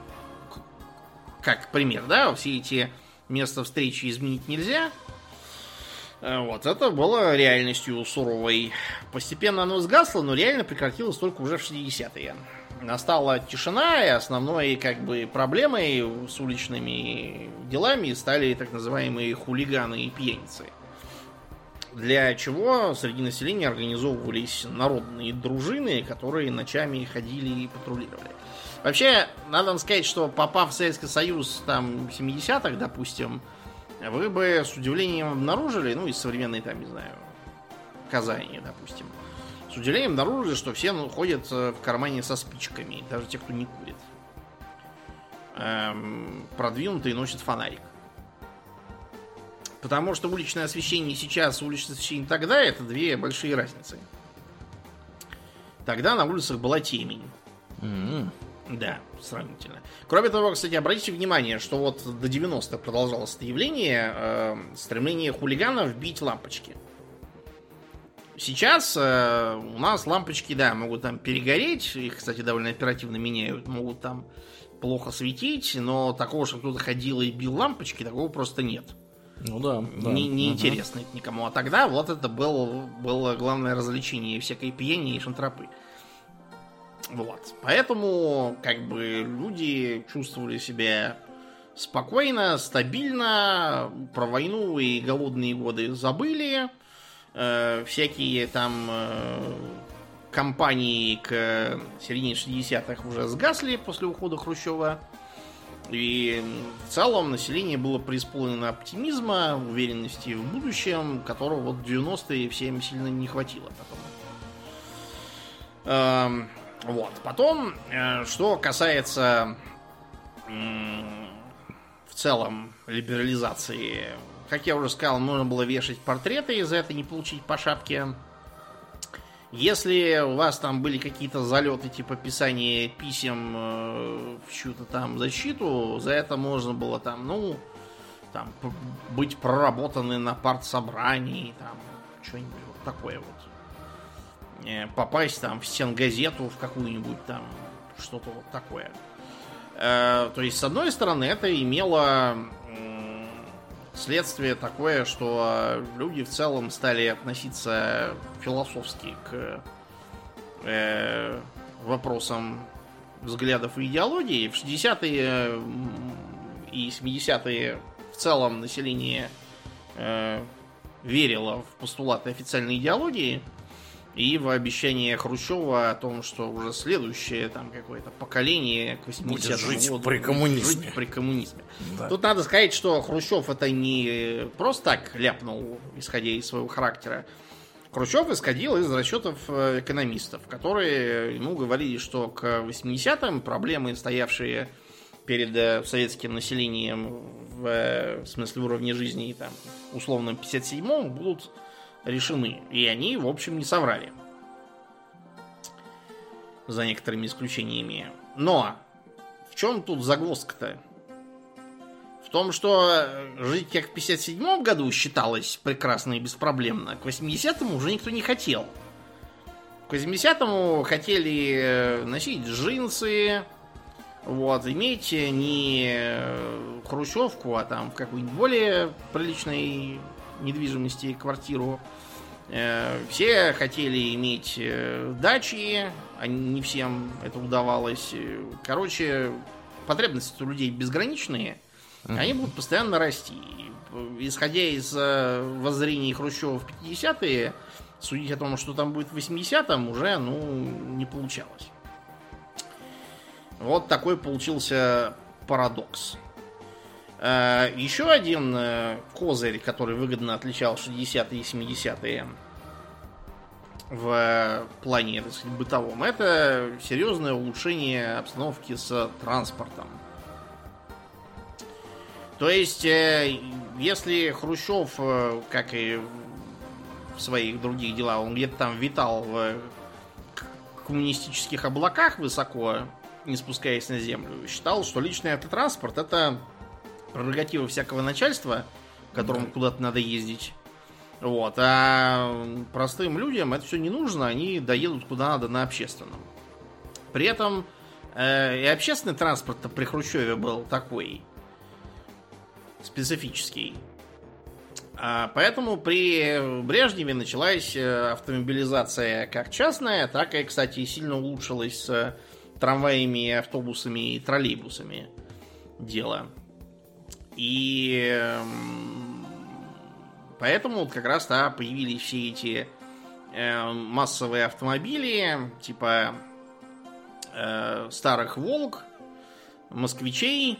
как пример, да, все эти места встречи изменить нельзя, вот, это было реальностью суровой. Постепенно оно сгасло, но реально прекратилось только уже в 60-е. Настала тишина, и основной как бы проблемой с уличными делами стали так называемые хулиганы и пьяницы. Для чего среди населения организовывались народные дружины, которые ночами ходили и патрулировали. Вообще, надо вам сказать, что попав в Советский Союз там в 70-х, допустим, вы бы с удивлением обнаружили, ну, из современной, там, не знаю, Казани, допустим, с удивлением обнаружили, что все ходят в кармане со спичками, даже те, кто не курит. Продвинутые носят фонарик. Потому что уличное освещение сейчас и уличное освещение тогда — это две большие разницы. Тогда на улицах была темень. Да, сравнительно. Кроме того, кстати, обратите внимание, что вот до 90-х продолжалось это явление, стремление хулиганов бить лампочки. Сейчас у нас лампочки, да, могут там перегореть, их, кстати, довольно оперативно меняют, могут там плохо светить, но такого, что кто-то ходил и бил лампочки, такого просто нет. Ну да. Не интересно это никому. А тогда вот это было главное развлечение всякой пьяни и шантропы. Вот. Поэтому, как бы, люди чувствовали себя спокойно, стабильно, про войну и голодные годы забыли. Всякие там кампании к середине 60-х уже сгасли после ухода Хрущева И в целом население было преисполнено оптимизма, уверенности в будущем, которого вот в 90-е всем сильно не хватило потом. Вот. Потом, что касается в целом либерализации, как я уже сказал, можно было вешать портреты и за это не получить по шапке. Если у вас там были какие-то залеты типа писания писем в чью-то там защиту, за это можно было там, быть проработаны на партсобрании, там, что-нибудь вот такое вот. Попасть там в стенгазету, в какую-нибудь там, что-то вот такое. То есть, с одной стороны, это имело следствие такое, что люди в целом стали относиться философски к вопросам взглядов и идеологии. В 60-е и 70-е в целом население верило в постулаты официальной идеологии и в обещание Хрущева о том, что уже следующее там какое-то поколение к 80-му будет жить году при коммунизме. Жить при коммунизме. Да. Тут надо сказать, что Хрущев это не просто так ляпнул, исходя из своего характера. Хрущев исходил из расчетов экономистов, которые ему говорили, что к 80-м проблемы, стоявшие перед советским населением в смысле уровня жизни там, условно 57-м, будут решены. И они, в общем, не соврали. За некоторыми исключениями. Но в чем тут загвоздка-то? В том, что жить как в 57-м году считалось прекрасно и беспроблемно, к 80-му уже никто не хотел. К 80-му хотели носить джинсы, вот, иметь не хрущевку, а там в какой-нибудь более приличной недвижимости квартиру. Все хотели иметь дачи, а не всем это удавалось. Короче, потребности у людей безграничные, они будут постоянно расти. Исходя из воззрений Хрущева в 50-е, судить о том, что там будет в 80-м, уже, не получалось. Вот такой получился парадокс. Еще один козырь, который выгодно отличал 60-е и 70-е в плане, так сказать, бытовом, это серьезное улучшение обстановки с транспортом. То есть, если Хрущев, как и в своих других делах, он где-то там витал в коммунистических облаках высоко, не спускаясь на землю, считал, что личный автотранспорт это прерогатива всякого начальства, которому куда-то надо ездить. Вот. А простым людям это все не нужно, они доедут куда надо на общественном. При этом и общественный транспорт-то при Хрущеве был такой специфический. Поэтому при Брежневе началась автомобилизация как частная, так и, кстати, сильно улучшилась с трамваями, автобусами и троллейбусами дело. И поэтому как раз появились все эти массовые автомобили, типа старых «Волг», «Москвичей»,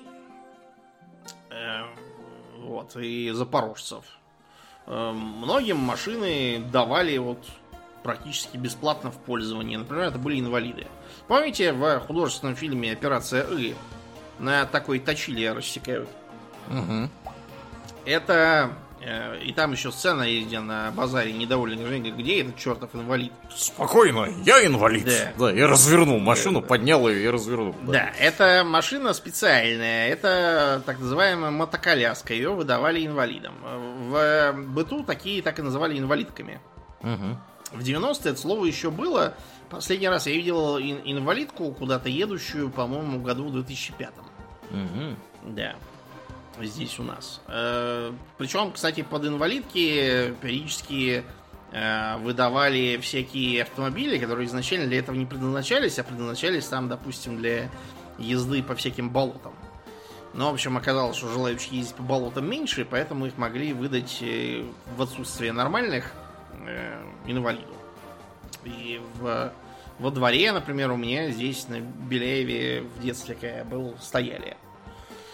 вот, и «Запорожцев». Многим машины давали вот практически бесплатно в пользование. Например, это были инвалиды. Помните, в художественном фильме «Операция И» на такой точиле рассекают? Угу. Это... И там еще сцена есть, где на базаре недовольный гражданин говорит, где этот чертов инвалид? Спокойно, я инвалид. Да, я развернул машину, Да. Поднял ее и развернул. Да, это машина специальная. Это так называемая мотоколяска. Ее выдавали инвалидам. В быту такие так и называли инвалидками. Угу. В 90-е это слово еще было. Последний раз я видел инвалидку, куда-то едущую, по-моему, в году в 2005. Угу. Да. Здесь у нас. Причем, кстати, под инвалидки периодически выдавали всякие автомобили, которые изначально для этого не предназначались, а предназначались там, допустим, для езды по всяким болотам. Но, в общем, оказалось, что желающих ездить по болотам меньше, поэтому их могли выдать в отсутствие нормальных инвалиду. И во дворе, например, у меня здесь на Беляеве в детстве, когда я был, стояли.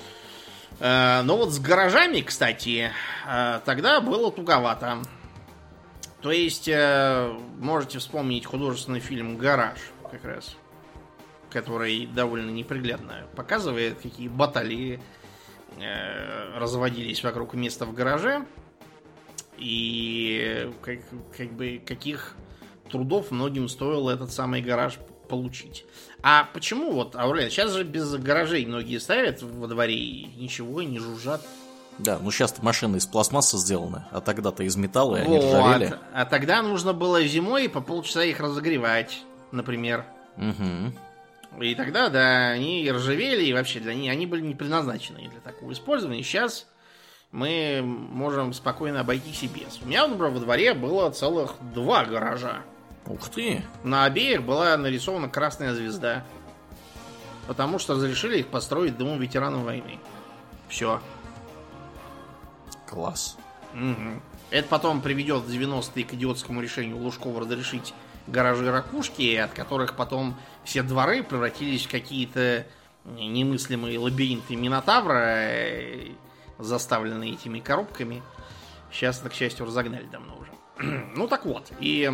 Но вот с гаражами, кстати, тогда было туговато. То есть, можете вспомнить художественный фильм «Гараж», как раз, который довольно неприглядно показывает, какие баталии разводились вокруг места в гараже. И каких трудов многим стоило этот самый гараж получить. А почему вот, Аурелия, сейчас же без гаражей многие ставят во дворе и ничего, не жужжат. Да, ну сейчас машины из пластмассы сделаны, а тогда-то из металла, и они ржавели. А тогда нужно было зимой по полчаса их разогревать, например. Угу. И тогда, да, они ржавели, и вообще они были не предназначены для такого использования. Сейчас мы можем спокойно обойтись и без. У меня, например, во дворе было целых 2 гаража. Ух ты! На обеих была нарисована красная звезда. Потому что разрешили их построить Домом ветеранов войны. Все. Класс. Угу. Это потом приведет в 90-е к идиотскому решению Лужкова разрешить гаражи-ракушки, от которых потом все дворы превратились в какие-то немыслимые лабиринты Минотавра, заставленные этими коробками. Сейчас, к счастью, разогнали давно уже. Ну так вот. И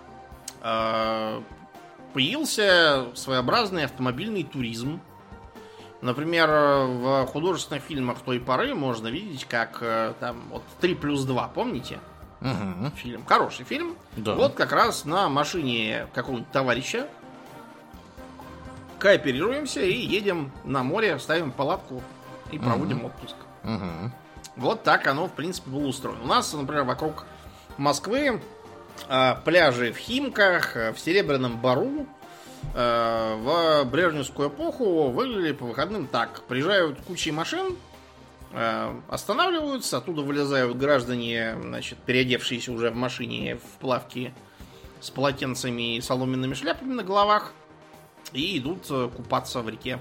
появился своеобразный автомобильный туризм. Например, в художественных фильмах той поры можно видеть, как там вот 3+2, помните? Угу. Фильм. Хороший фильм. Да. Вот как раз на машине какого-нибудь товарища кооперируемся и едем на море, ставим палатку и проводим отпуск. Угу. Вот так оно, в принципе, было устроено. У нас, например, вокруг Москвы пляжи в Химках, в Серебряном Бару в брежневскую эпоху выглядели по выходным так. Приезжают кучи машин, останавливаются, оттуда вылезают граждане, значит, переодевшиеся уже в машине в плавки с полотенцами и соломенными шляпами на головах, и идут купаться в реке.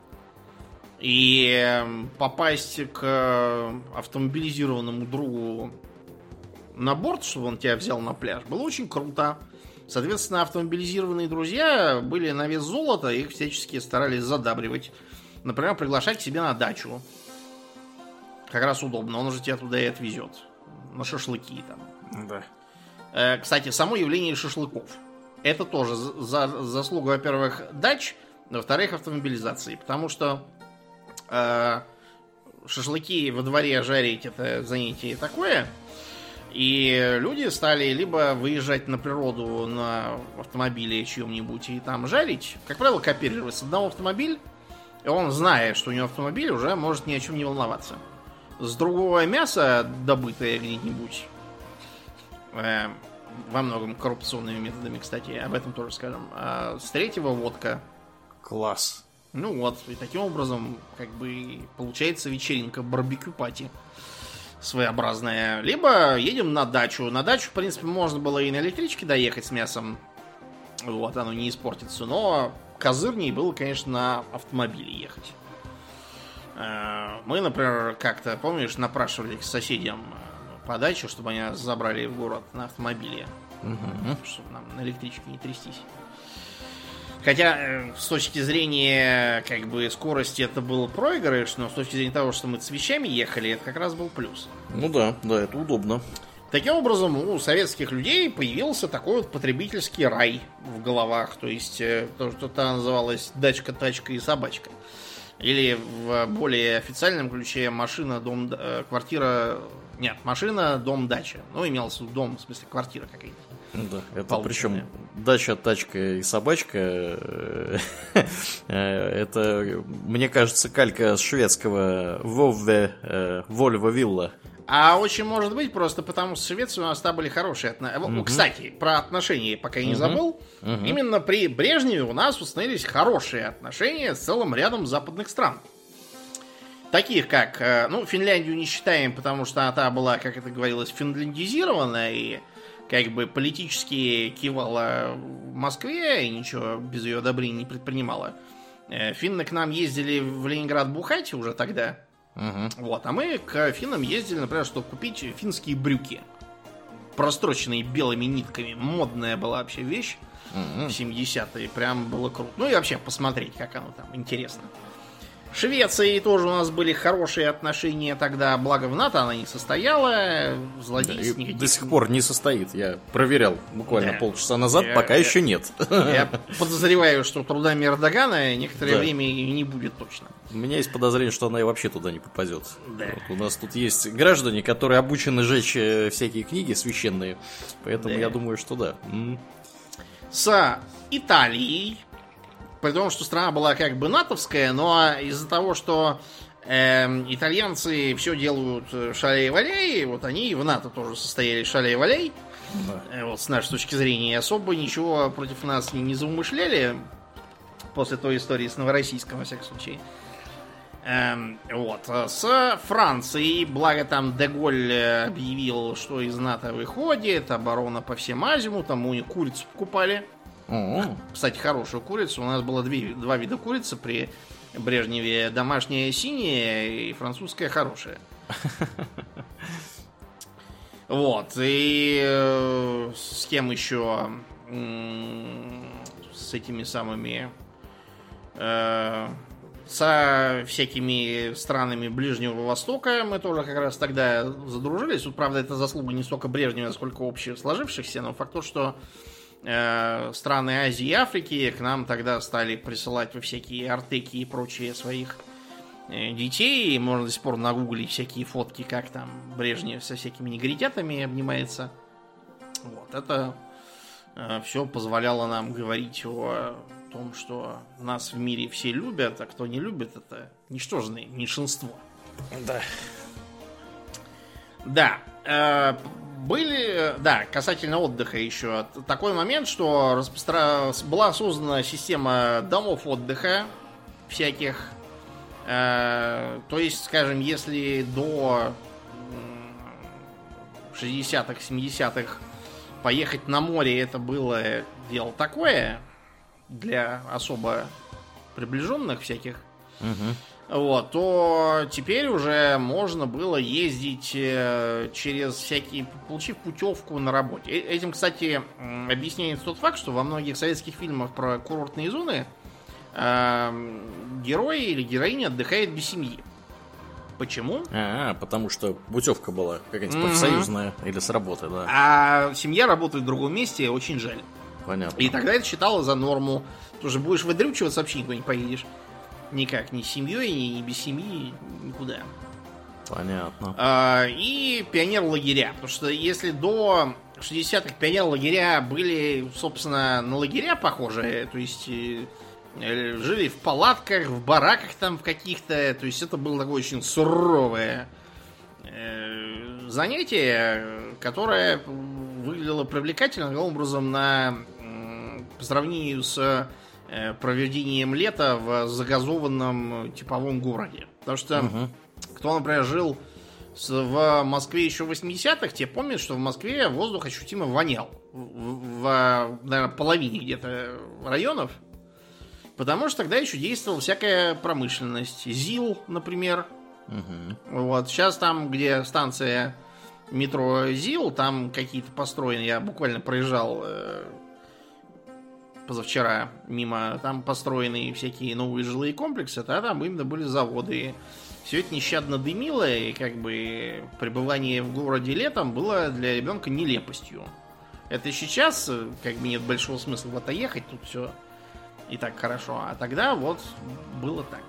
И попасть к автомобилизированному другу на борт, чтобы он тебя взял на пляж, было очень круто. Соответственно, автомобилизированные друзья были на вес золота, их всячески старались задабривать. Например, приглашать к себе на дачу. Как раз удобно, он уже тебя туда и отвезет. На шашлыки там. Да. Кстати, само явление шашлыков. Это тоже заслуга, во-первых, дач, во-вторых, автомобилизации. Потому что шашлыки во дворе жарить — это занятие такое. И люди стали либо выезжать на природу на автомобиле чьем-нибудь и там жарить. Как правило, кооперировать с одного автомобиля. И он, зная, что у него автомобиль, уже может ни о чем не волноваться. С другого мяса, добытое где-нибудь, во многом коррупционными методами, кстати, об этом тоже скажем. А с третьего водка. Класс. Ну вот, и таким образом, как бы, получается вечеринка барбекю-пати своеобразная. Либо едем на дачу. На дачу, в принципе, можно было и на электричке доехать с мясом. Вот, оно не испортится. Но козырней было, конечно, на автомобиле ехать. Мы, например, как-то, помнишь, напрашивали к соседям по даче, чтобы они нас забрали в город на автомобиле. Угу. Чтобы нам на электричке не трястись. Хотя, с точки зрения, как бы, скорости это был проигрыш, но с точки зрения того, что мы с вещами ехали, это как раз был плюс. Ну да, это удобно. Таким образом, у советских людей появился такой вот потребительский рай в головах. То есть, то, что там называлось дачка, тачка и собачка. Или в более официальном ключе машина, дом, квартира... Нет, машина, дом, дача. Ну, имелся в виду дом, в смысле квартира какая-то. Да, это причем дача, тачка и собачка. Это, мне кажется, калька с шведского Volvo Villa. А очень может быть просто потому, что в Швеции у нас там были хорошие отношения. Кстати, про отношения пока я не забыл. Именно при Брежневе у нас установились хорошие отношения с целым рядом западных стран. Таких как, ну, Финляндию не считаем, потому что она была, как это говорилось, финляндизирована и как бы политически кивала в Москве и ничего без ее одобрения не предпринимала. Финны к нам ездили в Ленинград бухать уже тогда. Вот, а мы к финнам ездили, например, чтобы купить финские брюки, простроченные белыми нитками. Модная была вообще вещь в 70-е. Прям было круто. Ну и вообще посмотреть, как оно там, интересно. Швецией тоже у нас были хорошие отношения тогда, благо в НАТО она не состояла, злодейств никаких. До сих пор не состоит, я проверял буквально полчаса назад, пока еще нет. Я подозреваю, что трудами Эрдогана некоторое время и не будет точно. У меня есть подозрение, что она и вообще туда не попадет. Да. Вот, у нас тут есть граждане, которые обучены жечь всякие книги священные, поэтому я думаю, что да. С Италией, при том, что страна была как бы натовская, но из-за того, что итальянцы все делают шалей-валей, вот они и в НАТО тоже состояли шалей-валей. Да. Вот с нашей точки зрения особо ничего против нас не заумышляли после той истории с Новороссийском, во всяком случае. Вот. С Францией, благо там Деголь объявил, что из НАТО выходит, оборона по всем азимутам, у них курицу покупали. Кстати, хорошую курицу. У нас было два вида курицы при Брежневе. Домашняя синяя и французская хорошая. Вот. И с кем еще? С этими самыми... Со всякими странами Ближнего Востока мы тоже как раз тогда задружились. Тут, правда, это заслуга не столько Брежнева, сколько общих сложившихся, но факт то, что страны Азии и Африки к нам тогда стали присылать во всякие артеки и прочие своих детей. И можно до сих пор нагуглить всякие фотки, как там Брежнев со всякими негритятами обнимается. Вот, это все позволяло нам говорить о том, что нас в мире все любят, а кто не любит, это ничтожное меньшинство. Да. Да. Были, да, касательно отдыха еще, такой момент, что была создана система домов отдыха всяких. То есть, скажем, если до 60-х, 70-х поехать на море это было дело такое для особо приближенных всяких, вот, то теперь уже можно было ездить через всякие, получив путевку на работе. Этим, кстати, объясняется тот факт, что во многих советских фильмах про курортные зоны герой или героиня отдыхает без семьи. Почему? Потому что путевка была какая-нибудь профсоюзная или с работы, да. А семья работает в другом месте, очень жаль. Понятно. И тогда это считалось за норму. Тоже будешь выдрючиваться, вообще никуда не поедешь. Никак, ни с семьей, ни без семьи, никуда. Понятно. И пионер-лагеря. Потому что если до 60-х пионер-лагеря были, собственно, на лагеря похожие, то есть жили в палатках, в бараках там в каких-то, то есть это было такое очень суровое занятие, которое выглядело привлекательным образом по сравнению с проведением лета в загазованном типовом городе. Потому что кто, например, жил в Москве еще в 80-х, те помнят, что в Москве воздух ощутимо вонял. В наверное, половине где-то районов. Потому что тогда еще действовала всякая промышленность. ЗИЛ, например. Вот. Сейчас там, где станция метро ЗИЛ, там какие-то построены. Я буквально проезжал позавчера мимо. Там построены всякие новые жилые комплексы. А там именно были заводы. Все это нещадно дымило. И как бы пребывание в городе летом было для ребенка нелепостью. Это сейчас как бы нет большого смысла в это ехать. Тут все и так хорошо. А тогда вот было так.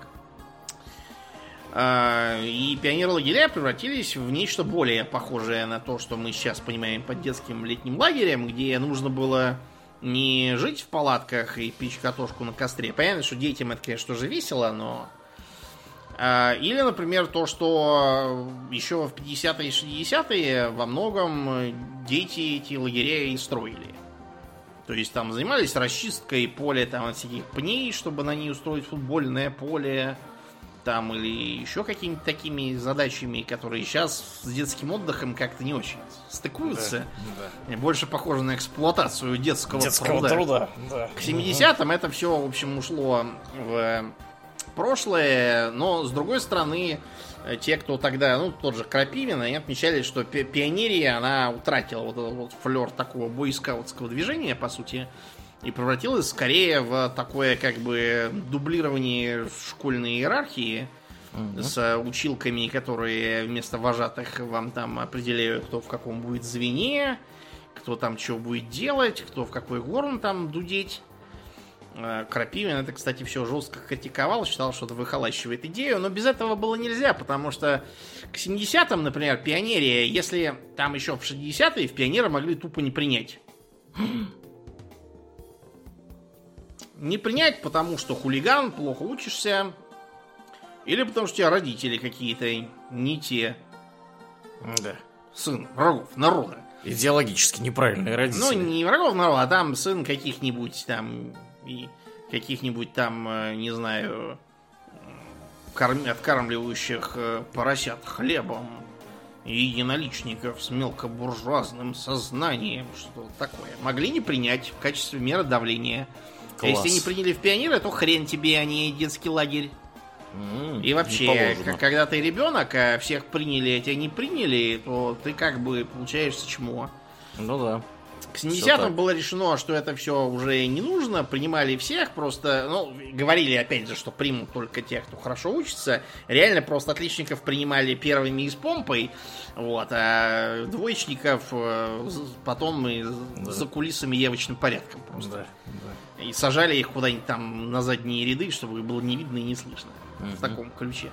И пионер-лагеря превратились в нечто более похожее на то, что мы сейчас понимаем под детским летним лагерем, где нужно было не жить в палатках и печь картошку на костре. Понятно, что детям это, конечно, тоже весело, но... Или, например, то, что еще в 50-е и 60-е во многом дети эти лагеря и строили. То есть там занимались расчисткой поля там, от всяких пней, чтобы на ней устроить футбольное поле. Там, или еще какими-то такими задачами, которые сейчас с детским отдыхом как-то не очень стыкуются. Да. Больше похоже на эксплуатацию детского труда. Да. К 70-м это все, в общем, ушло в прошлое. Но, с другой стороны, те, кто тогда, ну, тот же Крапивин, они отмечали, что пионерия, она утратила вот этот вот флер такого бойскаутского движения, по сути. и превратилось скорее в такое как бы дублирование школьной иерархии с училками, которые вместо вожатых вам там определяют, кто в каком будет звене, кто там что будет делать, кто в какой горн там дудеть. Крапивин это, кстати, все жестко критиковал, считал, что это выхолащивает идею, но без этого было нельзя, потому что к 70-м, например, пионерия, если там еще в 60-е, в пионеры могли тупо не принять. Не принять, потому что хулиган, плохо учишься, или потому что у тебя родители какие-то не те. Да. Сын врагов народа. Идеологически неправильные родители. Ну, не врагов народа, а там сын каких-нибудь там... И каких-нибудь там, не знаю, откармливающих поросят хлебом и единоличников с мелкобуржуазным сознанием, что такое. Могли не принять в качестве меры давления. А если не приняли в пионеры, то хрен тебе, а не детский лагерь. И вообще, когда ты ребенок, а всех приняли, а тебя не приняли, то ты как бы получаешься чмо. Ну да. К 70-м было решено, что это все уже не нужно, принимали всех, просто, ну, говорили опять же, что примут только тех, кто хорошо учится. Реально просто отличников принимали первыми и с помпой, вот, а двоечников потом и за кулисами явочным порядком просто. Да. И сажали их куда-нибудь там на задние ряды, чтобы было не видно и не слышно. В таком ключе.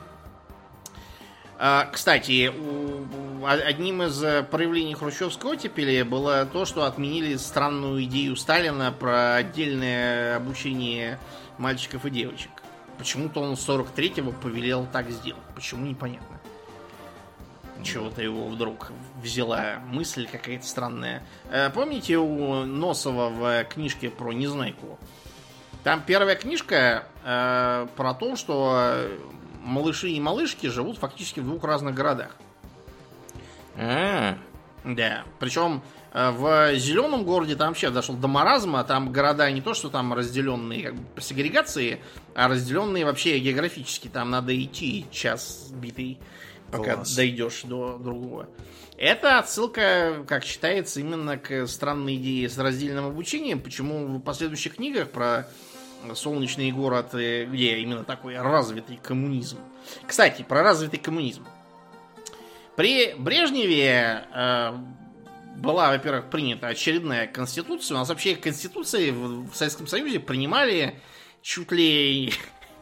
Кстати, одним из проявлений хрущевской оттепели было то, что отменили странную идею Сталина про отдельное обучение мальчиков и девочек. Почему-то он с 43-го повелел так сделать. Почему, непонятно. Чего-то его вдруг взяла мысль какая-то странная. Помните у Носова в книжке про Незнайку? Там первая книжка про то, что малыши и малышки живут фактически в двух разных городах. Да. Причем в зеленом городе там вообще дошел до маразма. Там города не то, что там разделенные как бы по сегрегации, а разделенные вообще географически. Там надо идти час битый, пока дойдешь до другого. Это отсылка, как считается, именно к странной идее с раздельным обучением. Почему в последующих книгах про солнечный город, где именно такой развитый коммунизм. Кстати, про развитый коммунизм. При Брежневе была, во-первых, принята очередная конституция. У нас вообще конституции в Советском Союзе принимали чуть ли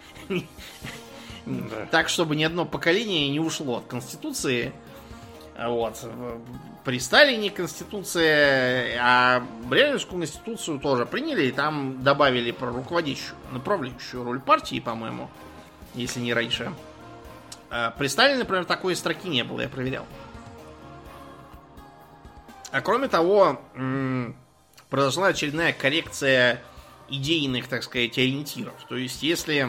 так, чтобы ни одно поколение не ушло от конституции. Вот. При Сталине конституция, а Брежневскую конституцию тоже приняли, и там добавили про руководящую, направляющую роль партии, по-моему, если не раньше. А при Сталине, например, такой строки не было, я проверял. А кроме того, произошла очередная коррекция идейных, так сказать, ориентиров. То есть, если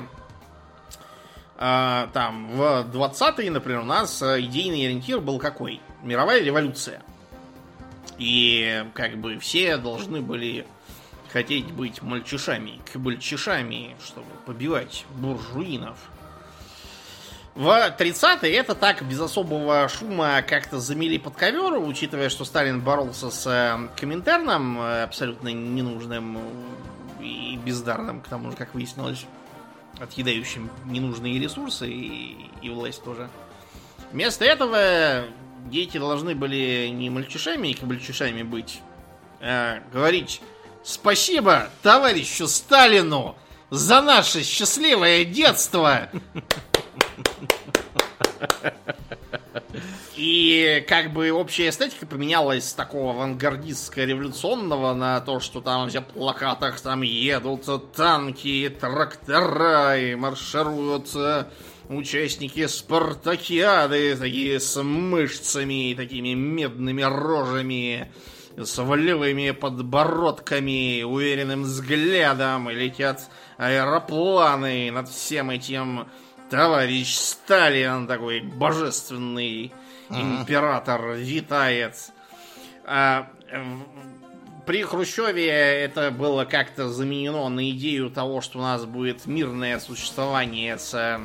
там в 20-е, например, у нас идейный ориентир был какой? Мировая революция. И как бы все должны были хотеть быть мальчишами, кабальчишами, чтобы побивать буржуинов. В 30-е это так без особого шума как-то замели под ковер, учитывая, что Сталин боролся с Коминтерном, абсолютно ненужным и бездарным, к тому же, как выяснилось, отъедающим ненужные ресурсы и власть тоже. Вместо этого дети должны были не мальчишами и кабальчишами быть, а говорить спасибо товарищу Сталину за наше счастливое детство. И как бы общая эстетика поменялась с такого авангардистско-революционного на то, что там в плакатах там едут танки, трактора и маршируют участники спартакиады, такие с мышцами, такими медными рожами, с волевыми подбородками, уверенным взглядом, и летят аэропланы над всем этим. Товарищ Сталин, такой божественный император, витает. При Хрущеве это было как-то заменено на идею того, что у нас будет мирное существование с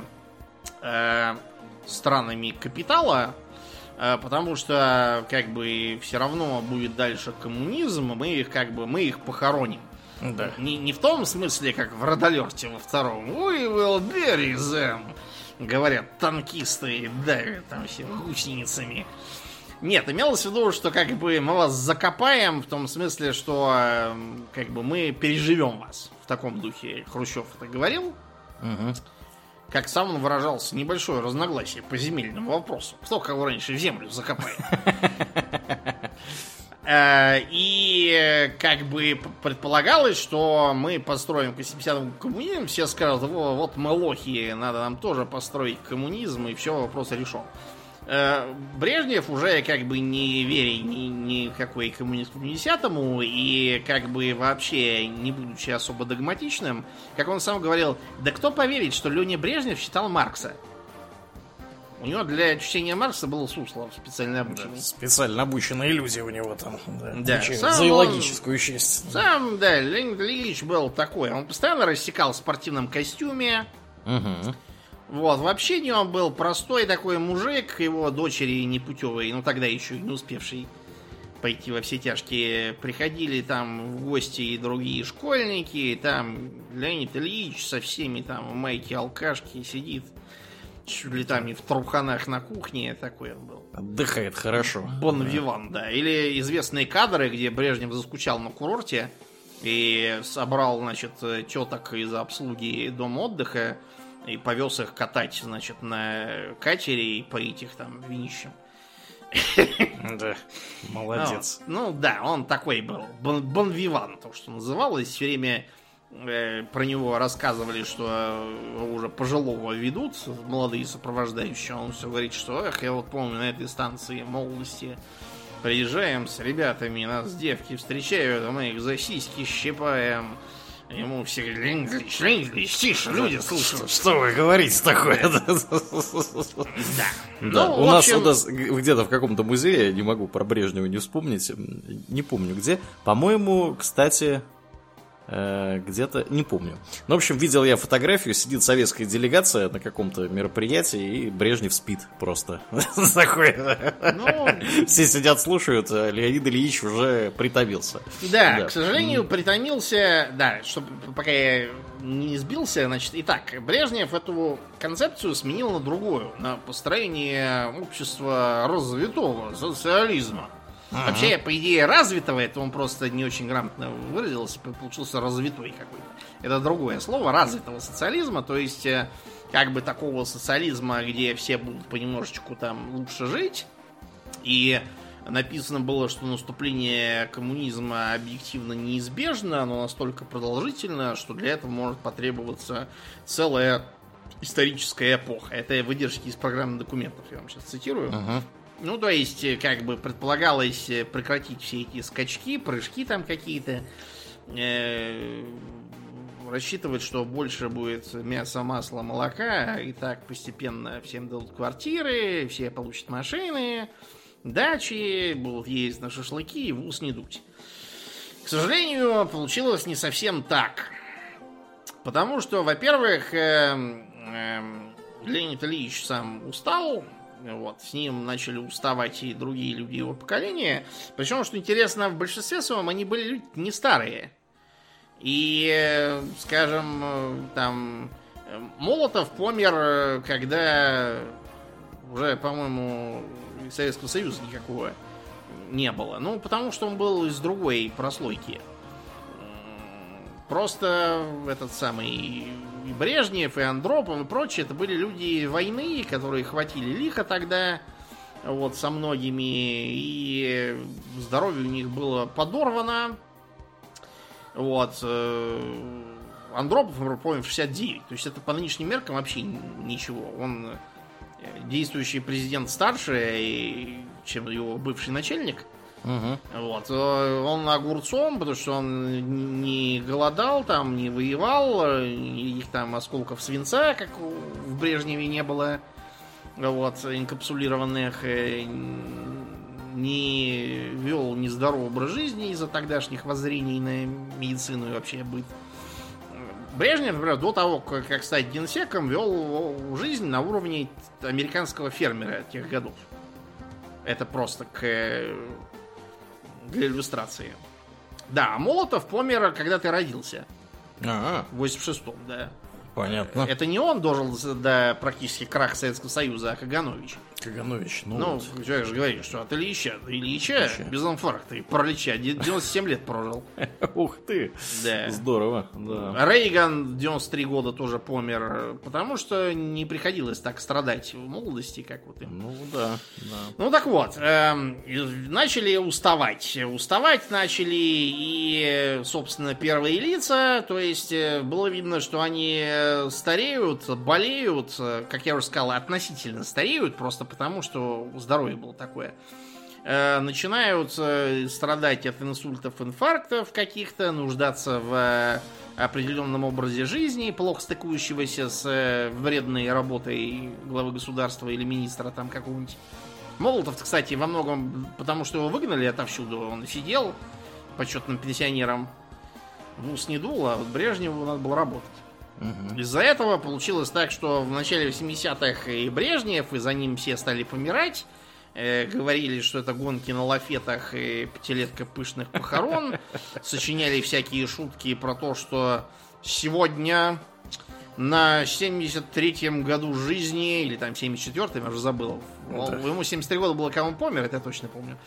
странами капитала, потому что как бы все равно будет дальше коммунизм, мы их похороним. Да. Не в том смысле, как в Родолерте во втором. We will bury them, говорят танкисты, давят там все гусеницами. Нет, имелось в виду, что как бы мы вас закопаем, в том смысле, что как бы мы переживем вас. В таком духе Хрущев это говорил. Угу. Как сам он выражался, небольшое разногласие по земельному вопросу. Кто кого раньше в землю закопает. И как бы предполагалось, что мы построим к 80-му коммунизм, все скажут, вот мы лохи, надо нам тоже построить коммунизм, и все, вопрос решен. Брежнев уже как бы не веря ни в какой коммунизм к 70-му, и как бы вообще не будучи особо догматичным, как он сам говорил, да кто поверит, что Леня Брежнев читал Маркса? У него для чтения Маркса был Суслов специально обученный. Да, специально обученная иллюзия у него там. Да. Зоологическую часть. Сам, да, Леонид Ильич был такой. Он постоянно рассекал в спортивном костюме. Угу. Вот, в общении он был простой такой мужик, его дочери непутевые, ну тогда еще не успевший пойти во все тяжкие, приходили там в гости и другие школьники, и там Леонид Ильич со всеми там в майке алкашки сидит, чуть ли там не в труханах на кухне, такой он был. Отдыхает хорошо. Бон Виван, да. Или известные кадры, где Брежнев заскучал на курорте и собрал, значит, теток из обслуги дома отдыха, и повез их катать, значит, на катере и поить их там винищем. Да, молодец. Ну да, он такой был. Бонвиван, то, что называлось. Все время про него рассказывали, что уже пожилого ведут молодые сопровождающие. Он все говорит, что я вот помню на этой станции молодости приезжаем с ребятами, нас девки встречают, а мы их за сиськи щипаем. Ему все говорят, тише, люди слушают. Что вы говорите такое? Да. Да. У нас где-то в каком-то музее, я не могу про Брежнева не вспомнить, не помню где. По-моему, кстати, где-то, не помню. Ну, в общем, видел я фотографию, сидит советская делегация на каком-то мероприятии, и Брежнев спит просто. Все сидят, слушают, а Леонид Ильич уже притомился. Да, к сожалению, притомился, да, чтобы пока я не сбился, значит, итак, Брежнев эту концепцию сменил на другую, на построение общества развитого социализма. Вообще, по идее, развитого, это он просто не очень грамотно выразился, получился развитой какой-то. Это другое слово, развитого социализма, то есть, как бы такого социализма, где все будут понемножечку там лучше жить. И написано было, что наступление коммунизма объективно неизбежно, оно настолько продолжительно, что для этого может потребоваться целая историческая эпоха. Это выдержки из программных документов, я вам сейчас цитирую. Ну, то есть, как бы предполагалось прекратить все эти скачки, прыжки там какие-то, рассчитывать, что больше будет мяса, масла, молока, и так постепенно всем дадут квартиры, все получат машины, дачи, будут ездить на шашлыки и в ус не дуть. К сожалению, получилось не совсем так. Потому что, во-первых, Леонид Ильич сам устал. Вот, с ним начали уставать и другие люди его поколения. Причем, что интересно, в большинстве своем они были люди не старые. И, скажем, там, Молотов помер, когда уже, по-моему, Советского Союза никакого не было. Ну, потому что он был из другой прослойки. Просто этот самый и Брежнев, и Андропов, и прочие, это были люди войны, которые хватили лихо тогда, вот, со многими, и здоровье у них было подорвано. Вот. Андропов, например, помню, в 69. То есть это по нынешним меркам вообще ничего. Он действующий президент старше, чем его бывший начальник. Вот. Он огурцом, потому что он не голодал, там, не воевал, их там осколков свинца, как в Брежневе, не было, вот, инкапсулированных, не вел нездоровый образ жизни из-за тогдашних воззрений на медицину и вообще быт. Брежнев, например, до того, как стать генсеком, вел жизнь на уровне американского фермера тех годов. Это просто для иллюстрации. Да, а Молотов помер, когда ты родился. Ага, В 86-м, да. понятно. Это не он дожил до практически краха Советского Союза, а Каганович. Каганович, Ну, вот. человек же говорит, что от Ильича без инфаркта и паралича 97 лет прожил. Ух ты, Да. здорово, да. Рейган 93 года тоже помер, потому что не приходилось так страдать в молодости, как вот им. Ну да, да. Ну так вот, начали уставать. Уставать начали и, собственно, первые лица. То есть было видно, что они стареют, болеют, как я уже сказал, относительно стареют, просто потому, что здоровье было такое. Начинают страдать от инсультов, инфарктов каких-то, нуждаться в определенном образе жизни, плохо стыкующегося с вредной работой главы государства или министра там какого-нибудь. Молотов, кстати, во многом потому, что его выгнали отовсюду, он сидел почетным пенсионером, в ус не дул, а вот Брежневу надо было работать. Из-за этого получилось так, что в начале 70-х и Брежнев, и за ним все стали помирать. Говорили, что это гонки на лафетах и пятилетка пышных похорон. Сочиняли всякие шутки про то, что сегодня на 73-м году жизни, или там 74-м, я уже забыл. Ему 73 года было, когда он помер, это я точно помню.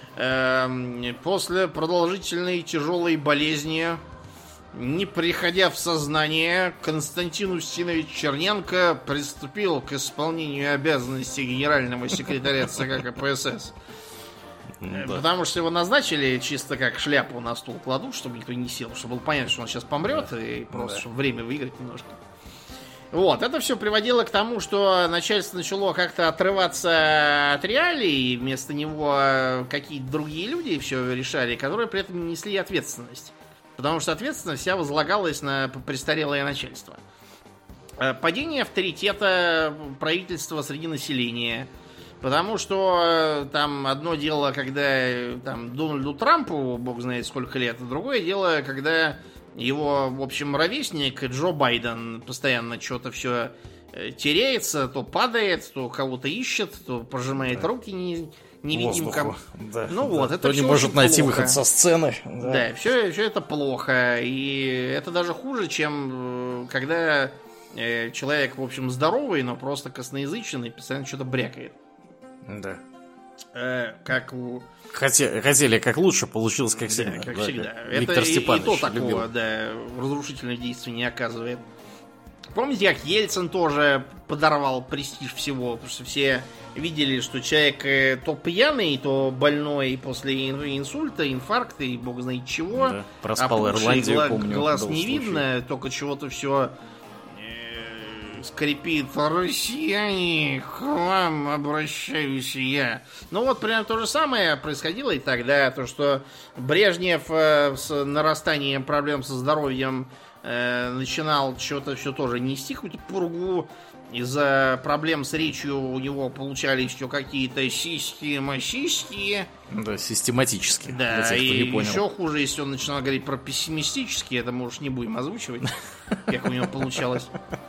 После продолжительной тяжелой болезни, не приходя в сознание, Константин Устинович Черненко приступил к исполнению обязанностей генерального секретаря ЦК КПСС. Да. Потому что его назначили чисто как шляпу на стул кладут, чтобы никто не сел, чтобы было понятно, что он сейчас помрет, да. И просто чтобы время выиграть немножко. Вот, это все приводило к тому, что начальство начало как-то отрываться от реалий, и вместо него какие-то другие люди все решали, которые при этом не несли ответственность. Потому что ответственность вся возлагалась на престарелое начальство. Падение авторитета правительства среди населения. Потому что там одно дело, когда там Дональду Трампу, бог знает сколько лет, а другое дело, когда его, в общем, ровесник Джо Байден постоянно что-то все теряется, то падает, то кого-то ищет, то пожимает руки невидимкам. Да, ну да. вот, это кто все не может найти плохо. выход со сцены. Да, все это плохо. И это даже хуже, чем когда человек, в общем, здоровый, но просто косноязычный, постоянно что-то брякает. Да. Как у... Хотели как лучше, получилось как всегда. Да, как да, всегда. Как Это Виктор Степанович и то такого, любил. да, разрушительного действия не оказывает. Помните, как Ельцин тоже подорвал престиж всего, потому что все видели, что человек то пьяный, то больной после инсульта, инфаркта и бог знает чего. Да, проспал Ирландию, помню. Глаз был не случай. видно, только чего-то все скрипит. Россияне, к вам обращаюсь я. Ну вот, примерно то же самое происходило и тогда. То, что Брежнев с нарастанием проблем со здоровьем начинал что-то все тоже нести, какую-то пургу. Из-за проблем с речью у него получались все какие-то сиськи-масиськи. Да, систематически. Да, для тех, кто и не понял. еще хуже, если он начинал говорить про пессимистические, это мы уж не будем озвучивать, как у него получалось.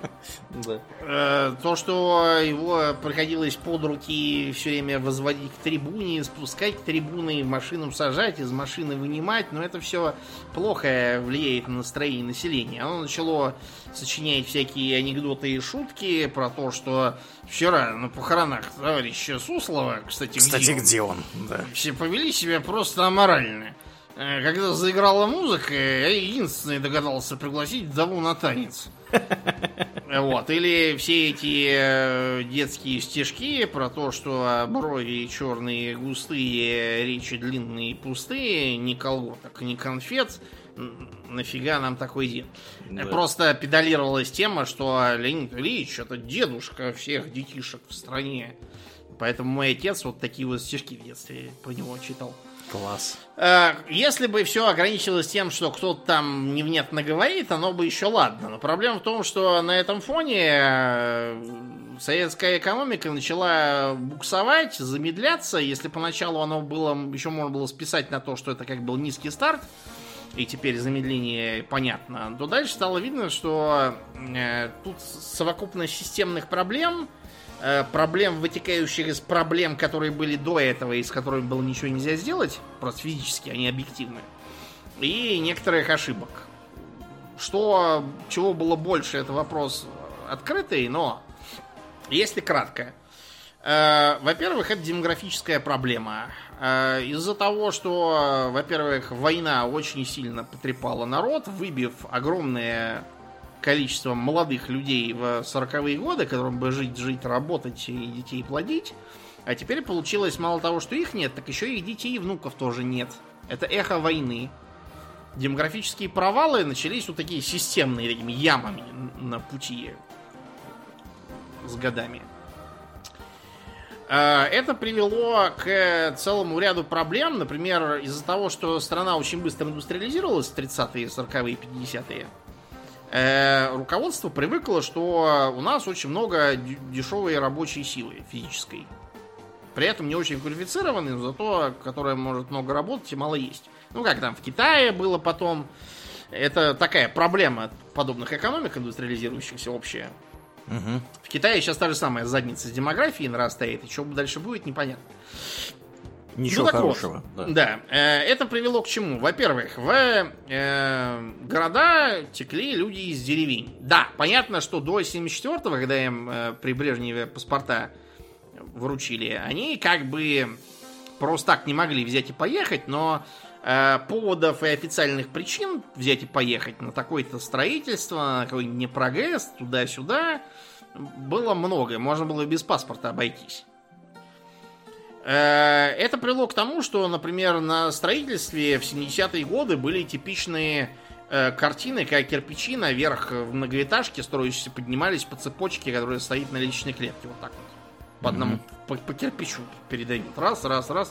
То, что его приходилось под руки все время возводить к трибуне, спускать к трибуне, в машину сажать, из машины вынимать, но это все плохо влияет на настроение населения. Оно начало сочинять всякие анекдоты и шутки про то, что вчера на похоронах товарища Суслова, кстати, где он? Да. все повели себя просто аморально. Когда заиграла музыка, я единственный догадался пригласить вдову на танец. Вот. Или все эти детские стишки про то, что брови черные густые, речи длинные пустые, ни колготок, ни конфет. Нафига нам такой день? Да. Просто педалировалась тема, что Леонид Ильич это дедушка всех детишек в стране. Поэтому мой отец вот такие вот стишки в детстве про него читал. Класс. Если бы все ограничилось тем, что кто-то там невнятно говорит, оно бы еще ладно. Но проблема в том, что на этом фоне советская экономика начала буксовать, замедляться. Если поначалу оно было, еще можно было списать на то, что это как был низкий старт, и теперь замедление понятно, то дальше стало видно, что тут совокупность системных проблем, проблем, вытекающих из проблем, которые были до этого, и с которыми было ничего нельзя сделать, просто физически, они объективны. и некоторых ошибок. Чего было больше, это вопрос открытый, но если кратко. Во-первых, это демографическая проблема. Из-за того, что, во-первых, война очень сильно потрепала народ, выбив огромное количество молодых людей в 40-е годы, которым бы жить, работать и детей плодить. А теперь получилось мало того, что их нет, так еще и детей и внуков тоже нет. Это эхо войны. Демографические провалы начались вот такие системные, такими ямами на пути с годами. Это привело к целому ряду проблем. Например, из-за того, что страна очень быстро индустриализировалась в 30-е, 40-е, 50-е, руководство привыкло, что у нас очень много дешевой рабочей силы физической. При этом не очень квалифицированной, но зато которая может много работать и мало есть. Ну, как там в Китае было потом. Это такая проблема подобных экономик индустриализирующихся общая. Угу. В Китае сейчас та же самая задница с демографией нарастает, и что дальше будет, непонятно. Nичего хорошего. Вот, да. Это привело к чему? Во-первых, в города текли люди из деревень. Да, понятно, что до 74-го, когда им при Брежневе паспорта вручили, они как бы просто так не могли взять и поехать, но поводов и официальных причин взять и поехать на такое-то строительство, на какой-нибудь непрогресс, туда-сюда, было много. Можно было и без паспорта обойтись. Это привело к тому, что, например, на строительстве в 70-е годы были типичные картины, как кирпичи наверх в многоэтажке строящиеся поднимались по цепочке, которая стоит на лестничной клетке. Вот так вот. По одному, по кирпичу передают. Раз.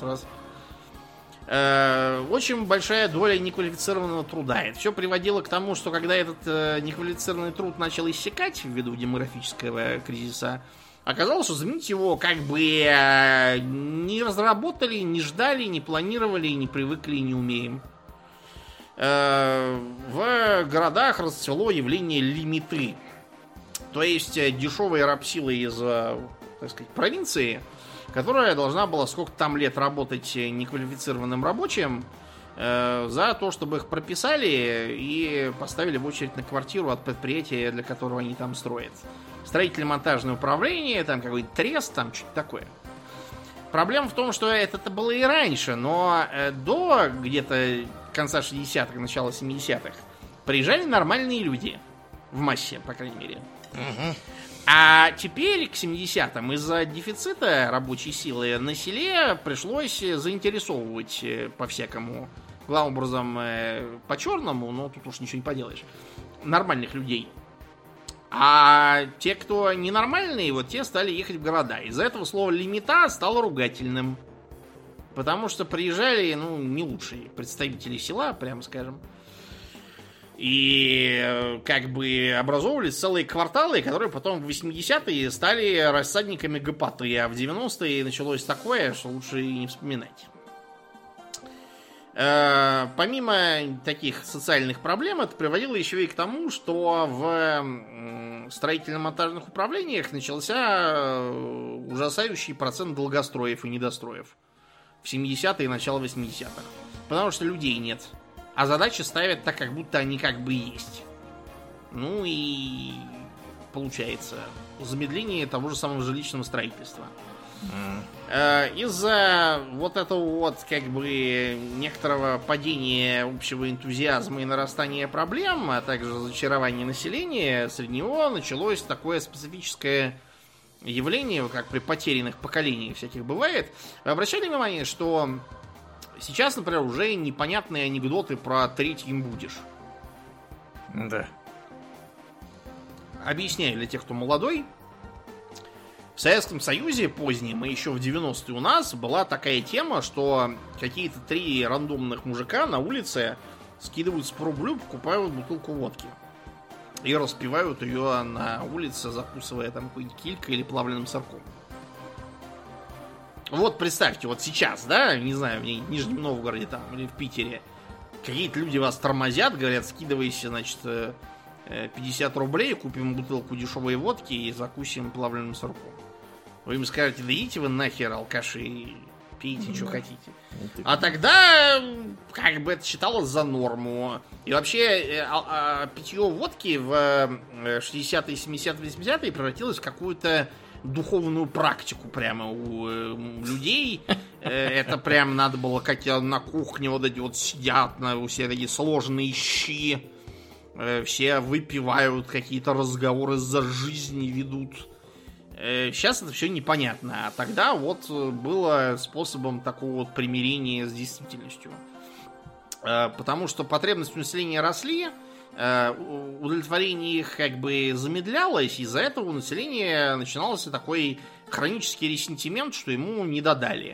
Очень большая доля неквалифицированного труда. Это все приводило к тому, что когда этот неквалифицированный труд начал иссякать ввиду демографического кризиса, оказалось, что заменить его как бы не разработали, не ждали, не планировали, не привыкли, не умеем. В городах расцвело явление лимиты. То есть дешевые рабсилы из, так сказать, провинции, которая должна была сколько там лет работать неквалифицированным рабочим за то, чтобы их прописали и поставили в очередь на квартиру от предприятия, для которого они там строят. Строительно-монтажное управление, там какой-то трест, там что-то такое. Проблема в том, что это было и раньше, но до где-то конца 60-х, начала 70-х приезжали нормальные люди. В массе, по крайней мере. Угу. А теперь, к 70-м, из-за дефицита рабочей силы на селе пришлось заинтересовывать по-всякому, главным образом по-черному, но тут уж ничего не поделаешь, нормальных людей. А те, кто ненормальные, вот те стали ехать в города. Из-за этого слово «лимита» стало ругательным. Потому что приезжали, не лучшие представители села, прямо скажем. И как бы образовывались целые кварталы, которые потом в 80-е стали рассадниками гопоты, а в 90-е началось такое, что лучше и не вспоминать. Помимо таких социальных проблем, это приводило еще и к тому, что в строительно-монтажных управлениях начался ужасающий процент долгостроев и недостроев в 70-е и начало 80-х. Потому что людей нет. А задачи ставят так, как будто они как бы есть. Ну и получается замедление того же самого жилищного строительства. Из-за вот этого вот как бы некоторого падения общего энтузиазма и нарастания проблем, а также разочарования населения, среди него началось такое специфическое явление, как при потерянных поколениях всяких бывает. Вы обращали внимание, что сейчас, например, уже непонятные анекдоты про третьим будешь? Да. Объясняю для тех, кто молодой. В Советском Союзе позднем, и еще в 90-е у нас была такая тема, что какие-то 3 рандомных мужика на улице скидывают по рублю, покупают бутылку водки. И распивают ее на улице, закусывая там какой-нибудь килькой или плавленым сырком. Вот представьте, вот сейчас, да, не знаю, в Нижнем Новгороде там или в Питере, какие-то люди вас тормозят, говорят, скидывайся, значит, 50 рублей, купим бутылку дешевой водки и закусим плавленым сырком. Вы им скажете, да идите вы нахер, алкаши, пейте, что хотите. А тогда, как бы, это считалось за норму. И вообще, питье водки в 60-е, 70-е, 80-е превратилось в какую-то духовную практику прямо у людей. Это прям надо было, как на кухне вот эти вот сидят, у себя такие сложные щи. Все выпивают, какие-то разговоры за жизнь ведут. Сейчас это все непонятно. А тогда вот было способом такого вот примирения с действительностью. Потому что потребности у населения росли, удовлетворение их как бы замедлялось, из-за этого у населения начинался такой хронический ресентимент, что ему не додали.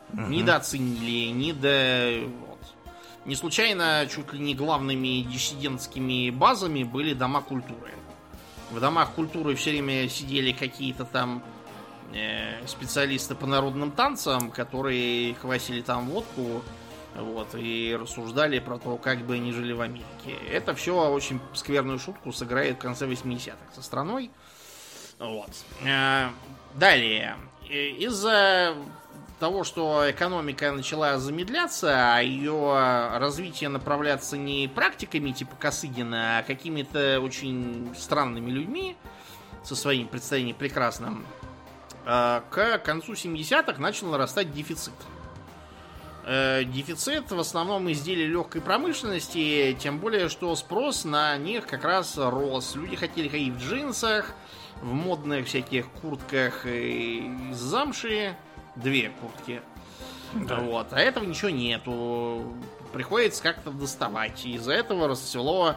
Недооценили, вот. Не случайно чуть ли не главными диссидентскими базами были дома культуры. В домах культуры все время сидели какие-то там специалисты по народным танцам, которые хвасили там водку, вот, и рассуждали про то, как бы они жили в Америке. Это все очень скверную шутку сыграет в конце 80-х со страной. Вот. Далее. Из-за того, что экономика начала замедляться, а ее развитие направляться не практиками типа Косыгина, а какими-то очень странными людьми со своим представлением прекрасным, к концу 70-х начал нарастать дефицит. Дефицит в основном изделий легкой промышленности, тем более, что спрос на них как раз рос. Люди хотели ходить в джинсах, в модных всяких куртках из замши. 2 куртки. Да. Вот. А этого ничего нету. Приходится как-то доставать. И из-за этого расцвело,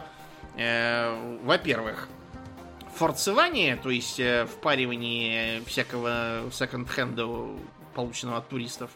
во-первых, форцевание, то есть впаривание всякого секонд-хенда, полученного от туристов,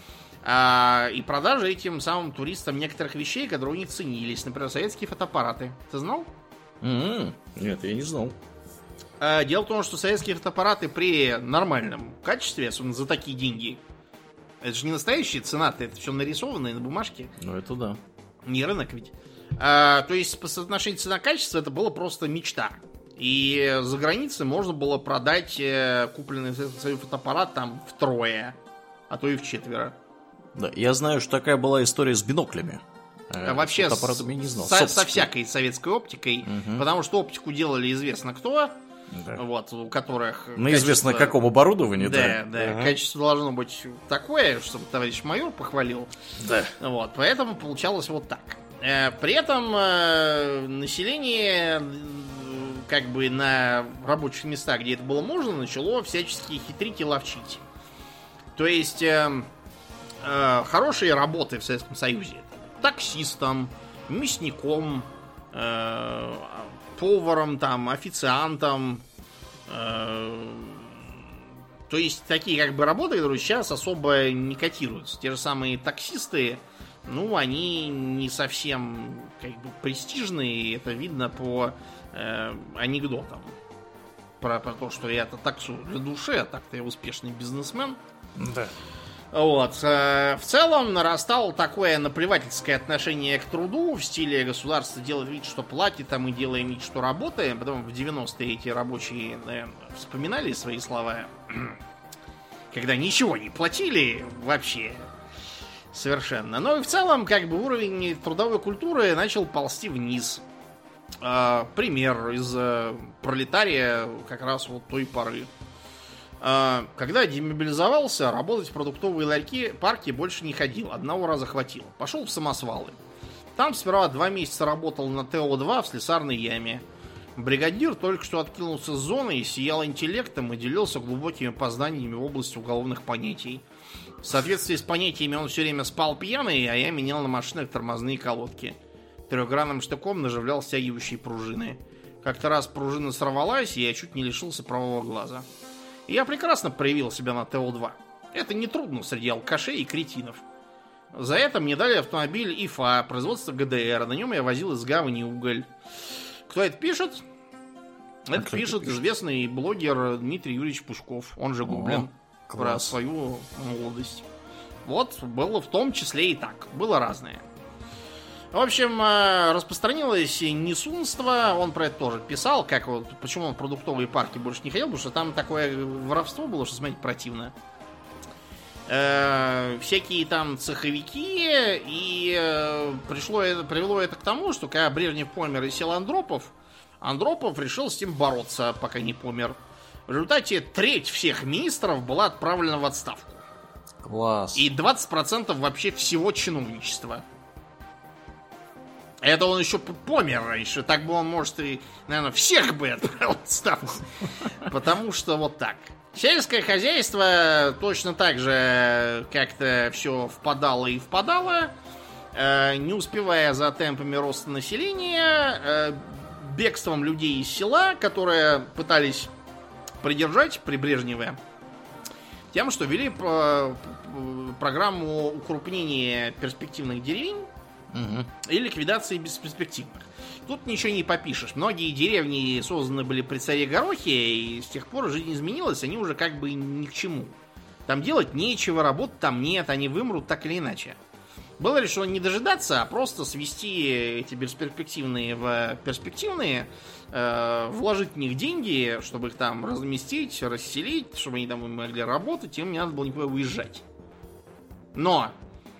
и продажа этим самым туристам некоторых вещей, которые у них ценились. Например, советские фотоаппараты. Ты знал? Нет, я не знал. Дело в том, что советские фотоаппараты при нормальном качестве, особенно за такие деньги, это же не настоящая цена-то, это все нарисованное на бумажке. Ну, это да. Не рынок ведь. То есть по соотношению цена-качество это была просто мечта. И за границей можно было продать купленный свой фотоаппарат там втрое, а то и вчетверо. Да, я знаю, что такая была история с биноклями. Вообще не знал. Со всякой советской оптикой, потому что оптику делали известно кто. Да. Вот, у которых... Ну, известно, на каком оборудовании, да. Качество должно быть такое, чтобы товарищ майор похвалил. Да. Вот, поэтому получалось вот так. При этом население, как бы на рабочих местах, где это было можно, начало всячески хитрить и ловчить. То есть, хорошие работы в Советском Союзе. Таксистом, мясником, поваром, там, официантом. То есть такие как бы работы, которые сейчас особо не котируются. Те же самые таксисты, ну, они не совсем как бы престижные. Это видно по анекдотам. Про то, что я-то таксую для души, а так-то я успешный бизнесмен. Да. Вот. В целом нарастало такое наплевательское отношение к труду в стиле государство делает вид, что платит, а мы делаем вид, что работаем. Потом в 90-е эти рабочие, наверное, вспоминали свои слова, когда ничего не платили вообще совершенно. Но и в целом как бы уровень трудовой культуры начал ползти вниз. Пример из пролетария как раз вот той поры. Когда демобилизовался, работать в продуктовые парки больше не ходил. Одного раза хватило. Пошел в самосвалы. Там сперва 2 месяца работал на ТО-2 в слесарной яме. Бригадир только что откинулся с зоны и сиял интеллектом и делился глубокими познаниями в области уголовных понятий. В соответствии с понятиями он все время спал пьяный, а я менял на машинах тормозные колодки. 3-гранным штыком наживлял стягивающие пружины. Как-то раз пружина сорвалась, и я чуть не лишился правого глаза. Я прекрасно проявил себя на ТО-2. Это нетрудно среди алкашей и кретинов. За это мне дали автомобиль ИФА, производство ГДР. На нем я возил из гавани уголь. Кто это пишет? Это пишет известный блогер Дмитрий Юрьевич Пушков. Он же Гублин. Про свою молодость. Вот, было в том числе и так. Было разное. В общем, распространилось несунство, он про это тоже писал, как вот, почему он в продуктовые парки больше не ходил, потому что там такое воровство было, что смотреть противно. всякие там цеховики, и привело это к тому, что когда Брежнев помер и сел Андропов, Андропов решил с ним бороться, пока не помер. В результате треть всех министров была отправлена в отставку. Класс. И 20% вообще всего чиновничества. Это он еще помер раньше. Так бы он, может, и, наверное, всех бы отправил в отставку. Потому что вот так. Сельское хозяйство точно так же как-то все впадало и впадало. Не успевая за темпами роста населения, бегством людей из села, которые пытались придержать при Брежневе, тем, что ввели программу укрупнения перспективных деревень и ликвидации бесперспективных. Тут ничего не попишешь. Многие деревни созданы были при царе Горохе, и с тех пор жизнь изменилась, они уже как бы ни к чему. Там делать нечего, работы там нет, они вымрут так или иначе. Было решено не дожидаться, а просто свести эти бесперспективные в перспективные, вложить в них деньги, чтобы их там разместить, расселить, чтобы они там могли работать, им не надо было никуда уезжать. Но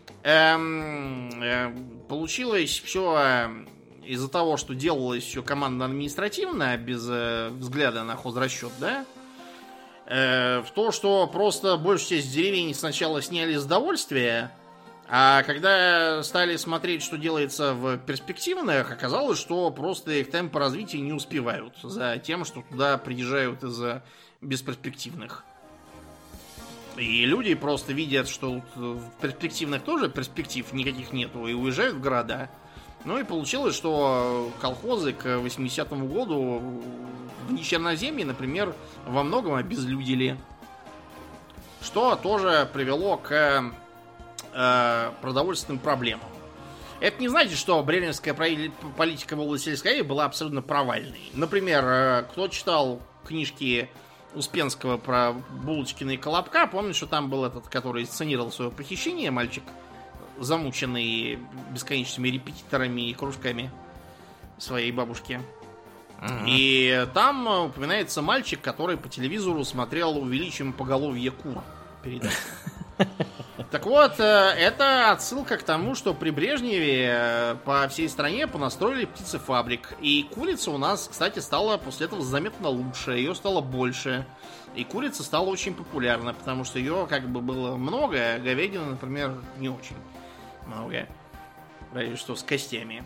получилось все из-за того, что делалось все командно-административно, без взгляда на хозрасчет, да? В то, что просто большую часть деревень сначала сняли с довольствия, а когда стали смотреть, что делается в перспективных, оказалось, что просто их темпы развития не успевают за тем, что туда приезжают из бесперспективных. И люди просто видят, что в перспективных тоже перспектив никаких нету, и уезжают в города. Ну и получилось, что колхозы к 80-му году в Черноземье, например, во многом обезлюдили. Что тоже привело к продовольственным проблемам. Это не значит, что брежневская политика в области сельского была абсолютно провальной. Например, кто читал книжки Успенского про Булочкина и Колобка, помнит, что там был этот, который сценировал свое похищение, мальчик, замученный бесконечными репетиторами и кружками своей бабушки. И там упоминается мальчик, который по телевизору смотрел «Увеличим поголовье кур» передачу. Так вот, это отсылка к тому, что при Брежневе по всей стране понастроили птицефабрик. И курица у нас, кстати, стала после этого заметно лучше, ее стало больше. И курица стала очень популярна, потому что ее как бы было много, а говядина, например, не очень много. Разве что с костями.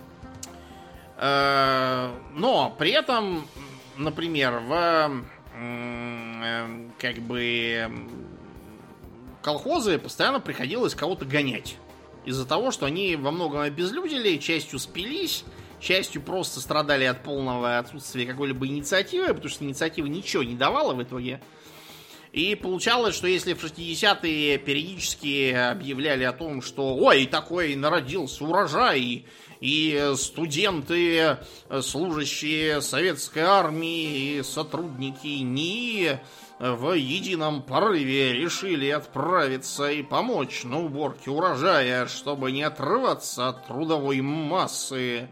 Но при этом, например, как бы колхозы постоянно приходилось кого-то гонять. Из-за того, что они во многом обезлюдили, частью спились, частью просто страдали от полного отсутствия какой-либо инициативы, потому что инициатива ничего не давала в итоге. И получалось, что если в 60-е периодически объявляли о том, что ой, такой народился урожай, и студенты, служащие советской армии и сотрудники НИИ в едином порыве решили отправиться и помочь на уборке урожая, чтобы не отрываться от трудовой массы,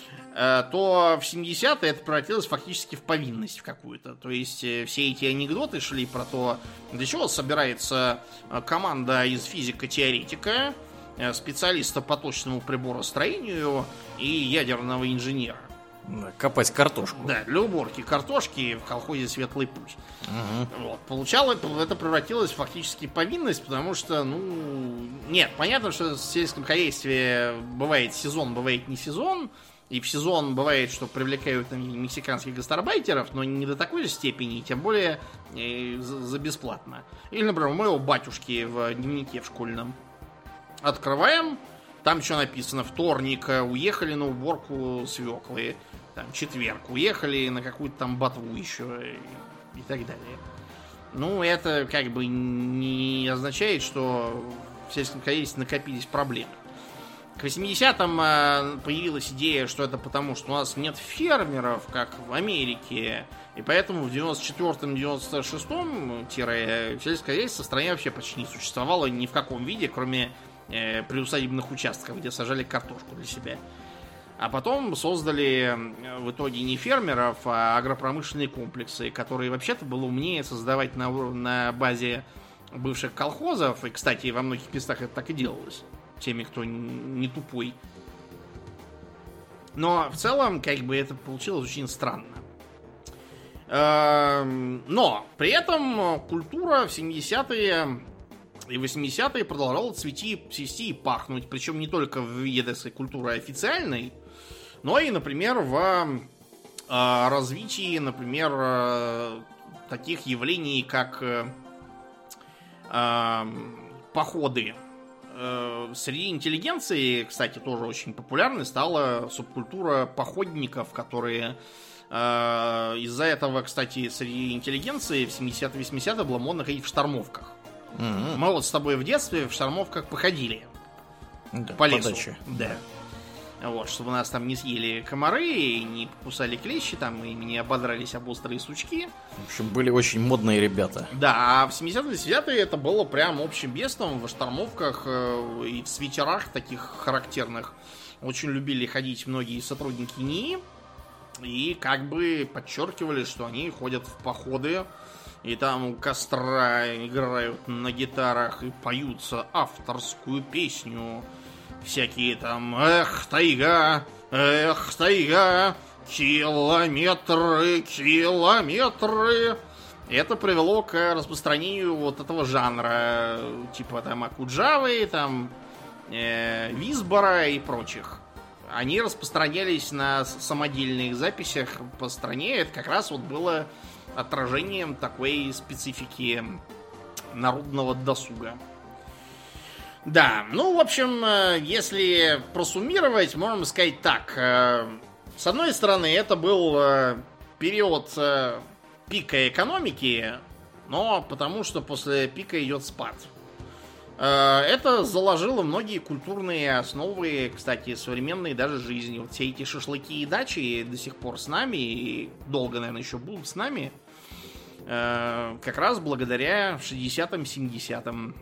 то в 70-е это превратилось фактически в повинность в какую-то. То есть все эти анекдоты шли про то, для чего собирается команда из физика-теоретика, специалиста по точному приборостроению и ядерного инженера. Копать картошку. Да, для уборки картошки в колхозе «Светлый путь». Вот. Получалось, это превратилось фактически в повинность, потому что, нет, понятно, что в сельском хозяйстве бывает сезон, бывает не сезон, и в сезон бывает, что привлекают там мексиканских гастарбайтеров, но не до такой же степени, тем более за бесплатно. Или, например, у моего батюшки в дневнике в школьном. Открываем, там что написано: вторник уехали на уборку свеклы, там четверг уехали на какую-то там ботву еще и так далее. Это как бы не означает, что в сельском хозяйстве накопились проблемы. К 80-м появилась идея, что это потому, что у нас нет фермеров, как в Америке, и поэтому в 94-м, 96-м сельское хозяйство в стране вообще почти не существовало ни в каком виде, кроме приусадебных участков, где сажали картошку для себя. А потом создали в итоге не фермеров, а агропромышленные комплексы, которые вообще-то было умнее создавать на базе бывших колхозов. И, кстати, во многих местах это так и делалось. Теми, кто не тупой. Но в целом, как бы, это получилось очень странно. Но при этом культура в 70-е и 80-е продолжала цвести и пахнуть. Причем не только в виде, так сказать, культуры официальной, но и, например, в развитии, например, таких явлений, как походы. Среди интеллигенции, кстати, тоже очень популярной стала субкультура походников, которые из-за этого, кстати, среди интеллигенции в 70-е 80-е было модно ходить в штормовках. Mm-hmm. Мы вот с тобой в детстве в штормовках походили. Да, по лесу. Подача. Да. Вот, чтобы нас там не съели комары, и не покусали клещи, там, и не ободрались об острые сучки. В общем, были очень модные ребята. Да, а в 70-е 80-е это было прям общим бестом. В штормовках и в свитерах таких характерных очень любили ходить многие сотрудники НИИ. И как бы подчеркивали, что они ходят в походы, и там у костра играют на гитарах и поются авторскую песню. Всякие там эх, тайга, километры, километры. Это привело к распространению вот этого жанра, типа там Акуджавы, там Висбора и прочих. Они распространялись на самодельных записях по стране. Это как раз вот было отражением такой специфики народного досуга. Да, ну, в общем, если просуммировать, можем сказать так. С одной стороны, это был период пика экономики, но потому что после пика идет спад. Это заложило многие культурные основы, кстати, современной даже жизни. Вот все эти шашлыки и дачи до сих пор с нами, и долго, наверное, еще будут с нами, как раз благодаря 60-м, 70-м.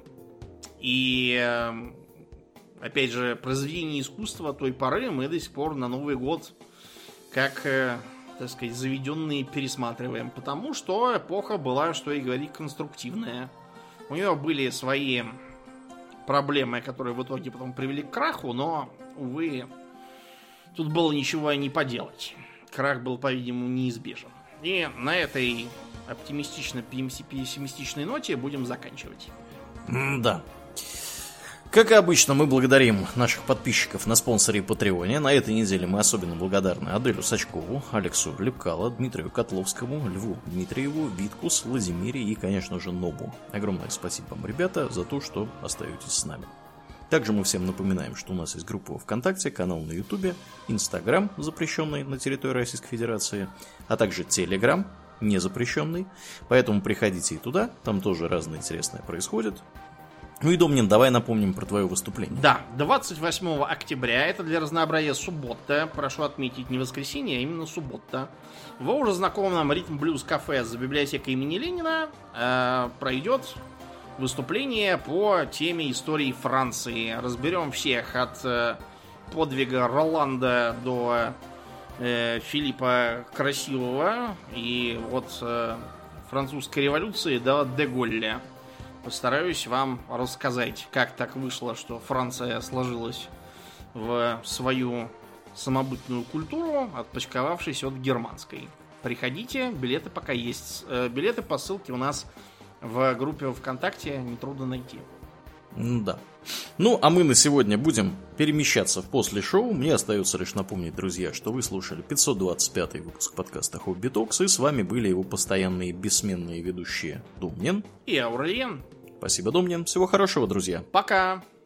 И, опять же, произведения искусства той поры мы до сих пор на Новый год, как, так сказать, заведенные пересматриваем. Потому что эпоха была, что и говорить, конструктивная. У нее были свои проблемы, которые в итоге потом привели к краху, но, увы, тут было ничего не поделать. Крах был, по-видимому, неизбежен. И на этой оптимистично-пессимистичной ноте будем заканчивать. Да. Как и обычно, мы благодарим наших подписчиков на спонсоре и Патреоне. На этой неделе мы особенно благодарны Аделю Сачкову, Алексу Лепкало, Дмитрию Котловскому, Льву Дмитриеву, Виткус, Владимире и, конечно же, Нобу. Огромное спасибо вам, ребята, за то, что остаетесь с нами. Также мы всем напоминаем, что у нас есть группа ВКонтакте, канал на Ютубе, Инстаграм, запрещенный на территории Российской Федерации, а также Телеграм, не запрещенный. Поэтому приходите и туда, там тоже разное интересное происходит. Ну и, Домнин, давай напомним про твое выступление. Да, 28 октября, это для разнообразия суббота, прошу отметить не воскресенье, а именно суббота, в уже знакомом Ритм Блюз кафе за библиотекой имени Ленина пройдет выступление по теме истории Франции. Разберем всех от подвига Роланда до Филиппа Красивого и от французской революции до де Голля. Постараюсь вам рассказать, как так вышло, что Франция сложилась в свою самобытную культуру, отпочковавшись от германской. Приходите, билеты пока есть. Билеты по ссылке у нас в группе ВКонтакте, нетрудно найти. Да. Ну, а мы на сегодня будем перемещаться в после шоу. Мне остается лишь напомнить, друзья, что вы слушали 525-й выпуск подкаста Хобби Токс, и с вами были его постоянные бессменные ведущие Домнин и Аурельен. Спасибо, Домнин. Всего хорошего, друзья. Пока.